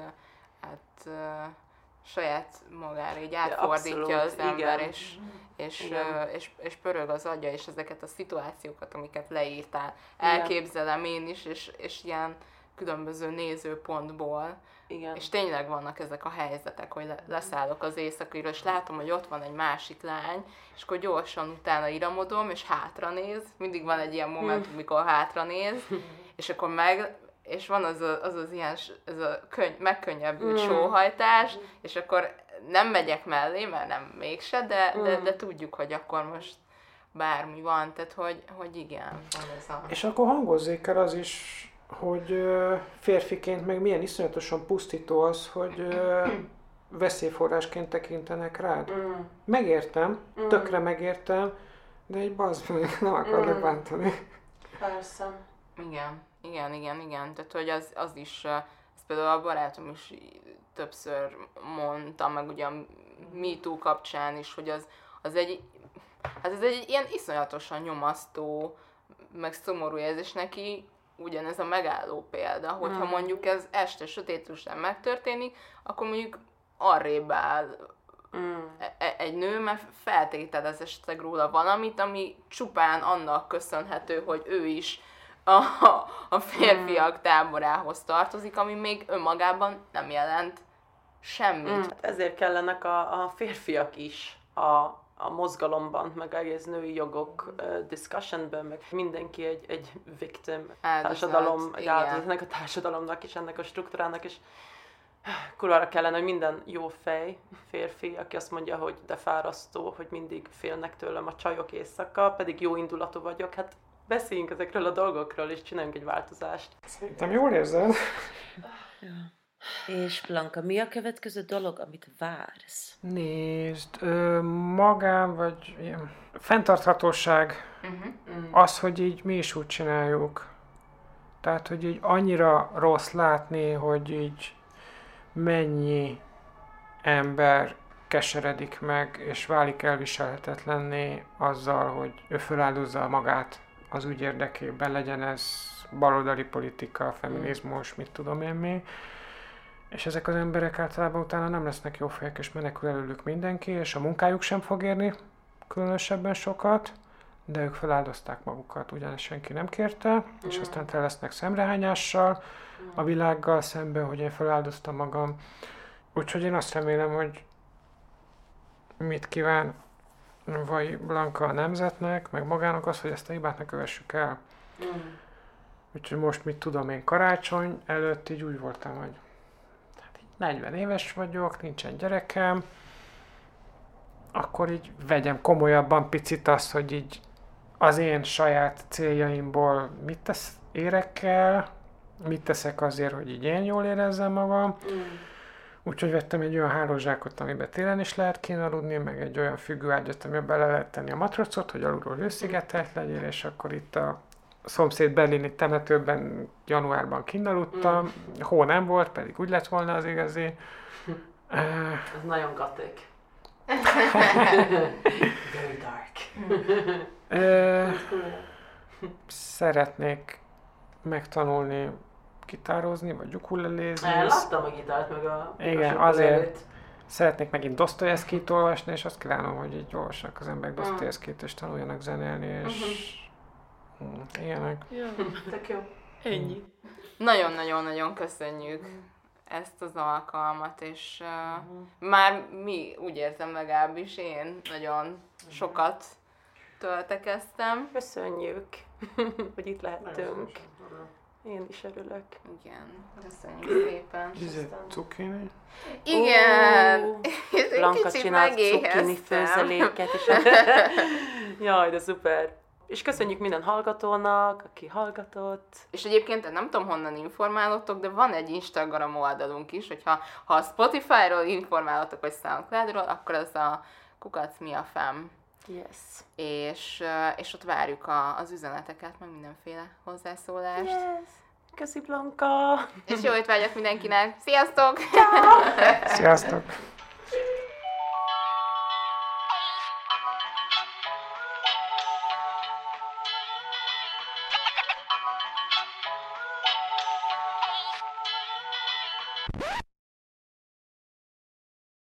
Speaker 2: saját magára így átfordítja az ember, és pörög az agya, és ezeket a szituációkat, amiket leírtál, elképzelem én is, és ilyen különböző nézőpontból.
Speaker 1: Igen.
Speaker 2: És tényleg vannak ezek a helyzetek, hogy leszállok az éjszakairól, és látom, hogy ott van egy másik lány, és akkor gyorsan utána iramodom, és hátranéz. Mindig van egy ilyen momentum, mikor hátranéz, és akkor és van az ilyen, ez a megkönnyebbült sóhajtás, és akkor nem megyek mellé, mert nem mégse, de tudjuk, hogy akkor most bármi van, tehát hogy igen, van ez a...
Speaker 3: És akkor hangozzék el az is, hogy férfiként meg milyen iszonyatosan pusztító az, hogy veszélyforrásként tekintenek rád. Megértem, tökre megértem, de egy bazd meg, nem akarok bántani.
Speaker 1: Persze.
Speaker 2: Igen. Tehát, hogy az is, ezt például a barátom is többször mondta, meg ugye a MeToo kapcsán is, hogy az egy ilyen iszonyatosan nyomasztó, meg szomorú érzés neki, ugyanez a megálló példa, hogyha mondjuk ez este sötétesen megtörténik, akkor mondjuk arrébb áll egy nő, mert feltételez esetleg róla valamit, ami csupán annak köszönhető, hogy ő is a férfiak táborához tartozik, ami még önmagában nem jelent semmit.
Speaker 1: Hát ezért kellenek a férfiak is a mozgalomban, meg egész női jogok discussionben, meg mindenki egy victim társadalom, egy áldozat ennek a társadalomnak és ennek a struktúrának, és kurvára kellene, hogy minden jó fej férfi, aki azt mondja, hogy de fárasztó, hogy mindig félnek tőlem a csajok éjszaka, pedig jó indulatú vagyok, hát beszéljünk ezekről a dolgokról, és csináljunk egy változást.
Speaker 3: Szerintem jól érzed.
Speaker 4: És Blanka, mi a következő dolog, amit vársz?
Speaker 3: Nézd, magán vagy ilyen fenntarthatóság, az, hogy így mi is úgy csináljuk. Tehát, hogy így annyira rossz látni, hogy így mennyi ember keseredik meg, és válik elviselhetetlenné azzal, hogy ő feláldozza magát az ügy érdekében, legyen ez baloldali politika, feminizmus, mit tudom én mi. És ezek az emberek általában utána nem lesznek jó fejek, és menekül előlük mindenki, és a munkájuk sem fog érni különösebben sokat, de ők feláldozták magukat, ugyanis senki nem kérte, és aztán te lesznek szemrehányással a világgal szemben, hogy én feláldoztam magam. Úgyhogy én azt remélem, hogy mit kíván Vai Blanka a nemzetnek, meg magának az, hogy ezt a hibát ne kövessük el. Úgyhogy most mit tudom én, karácsony előtt így úgy voltam, hogy 40 éves vagyok, nincsen gyerekem, akkor így vegyem komolyabban picit azt, hogy így az én saját céljaimból mit érek el, mit teszek azért, hogy így én jól érezzem magam. Úgyhogy vettem egy olyan hálózsákot, amiben télen is lehet kint aludni, meg egy olyan függőágyat, amiben bele lehet tenni a matracot, hogy alulról hőszigetelt legyél, és akkor itt a szomszéd berlini temetőben januárban kint aludtam. Hó nem volt, pedig úgy lett volna az igazi.
Speaker 1: Ez nagyon gothic. Very dark.
Speaker 3: Szeretnék megtanulni gitározni, vagy ukulelézni.
Speaker 1: Láttam a gitárt, meg a...
Speaker 3: Igen, azért szeretnék megint Dostoyevskit olvasni, és azt kívánom, hogy így olvassanak az emberek Dostoyevskit, és tanuljanak zenélni, és ilyenek.
Speaker 1: Tök jó. Ennyi.
Speaker 2: Nagyon-nagyon-nagyon köszönjük ezt az alkalmat, és már mi, úgy érzem legalábbis, én nagyon sokat töltekeztem.
Speaker 1: Köszönjük, hogy itt lehettünk. Én is örülök.
Speaker 2: Igen, köszönjük szépen.
Speaker 3: Cukkini?
Speaker 2: Igen!
Speaker 1: Blanka csinált cukkini főzeléket is. Jaj, de szuper. És köszönjük minden hallgatónak, aki hallgatott.
Speaker 2: És egyébként nem tudom, honnan informálódtok, de van egy Instagram oldalunk is, hogyha a Spotify-ról informálódtok, vagy SoundCloud-ról, akkor az a @miafem.
Speaker 1: Yes.
Speaker 2: És ott várjuk az üzeneteket, meg mindenféle hozzászólást.
Speaker 1: Yes. Köszi Blanka!
Speaker 2: És jó étvágyat mindenkinek! Sziasztok!
Speaker 3: Sziasztok!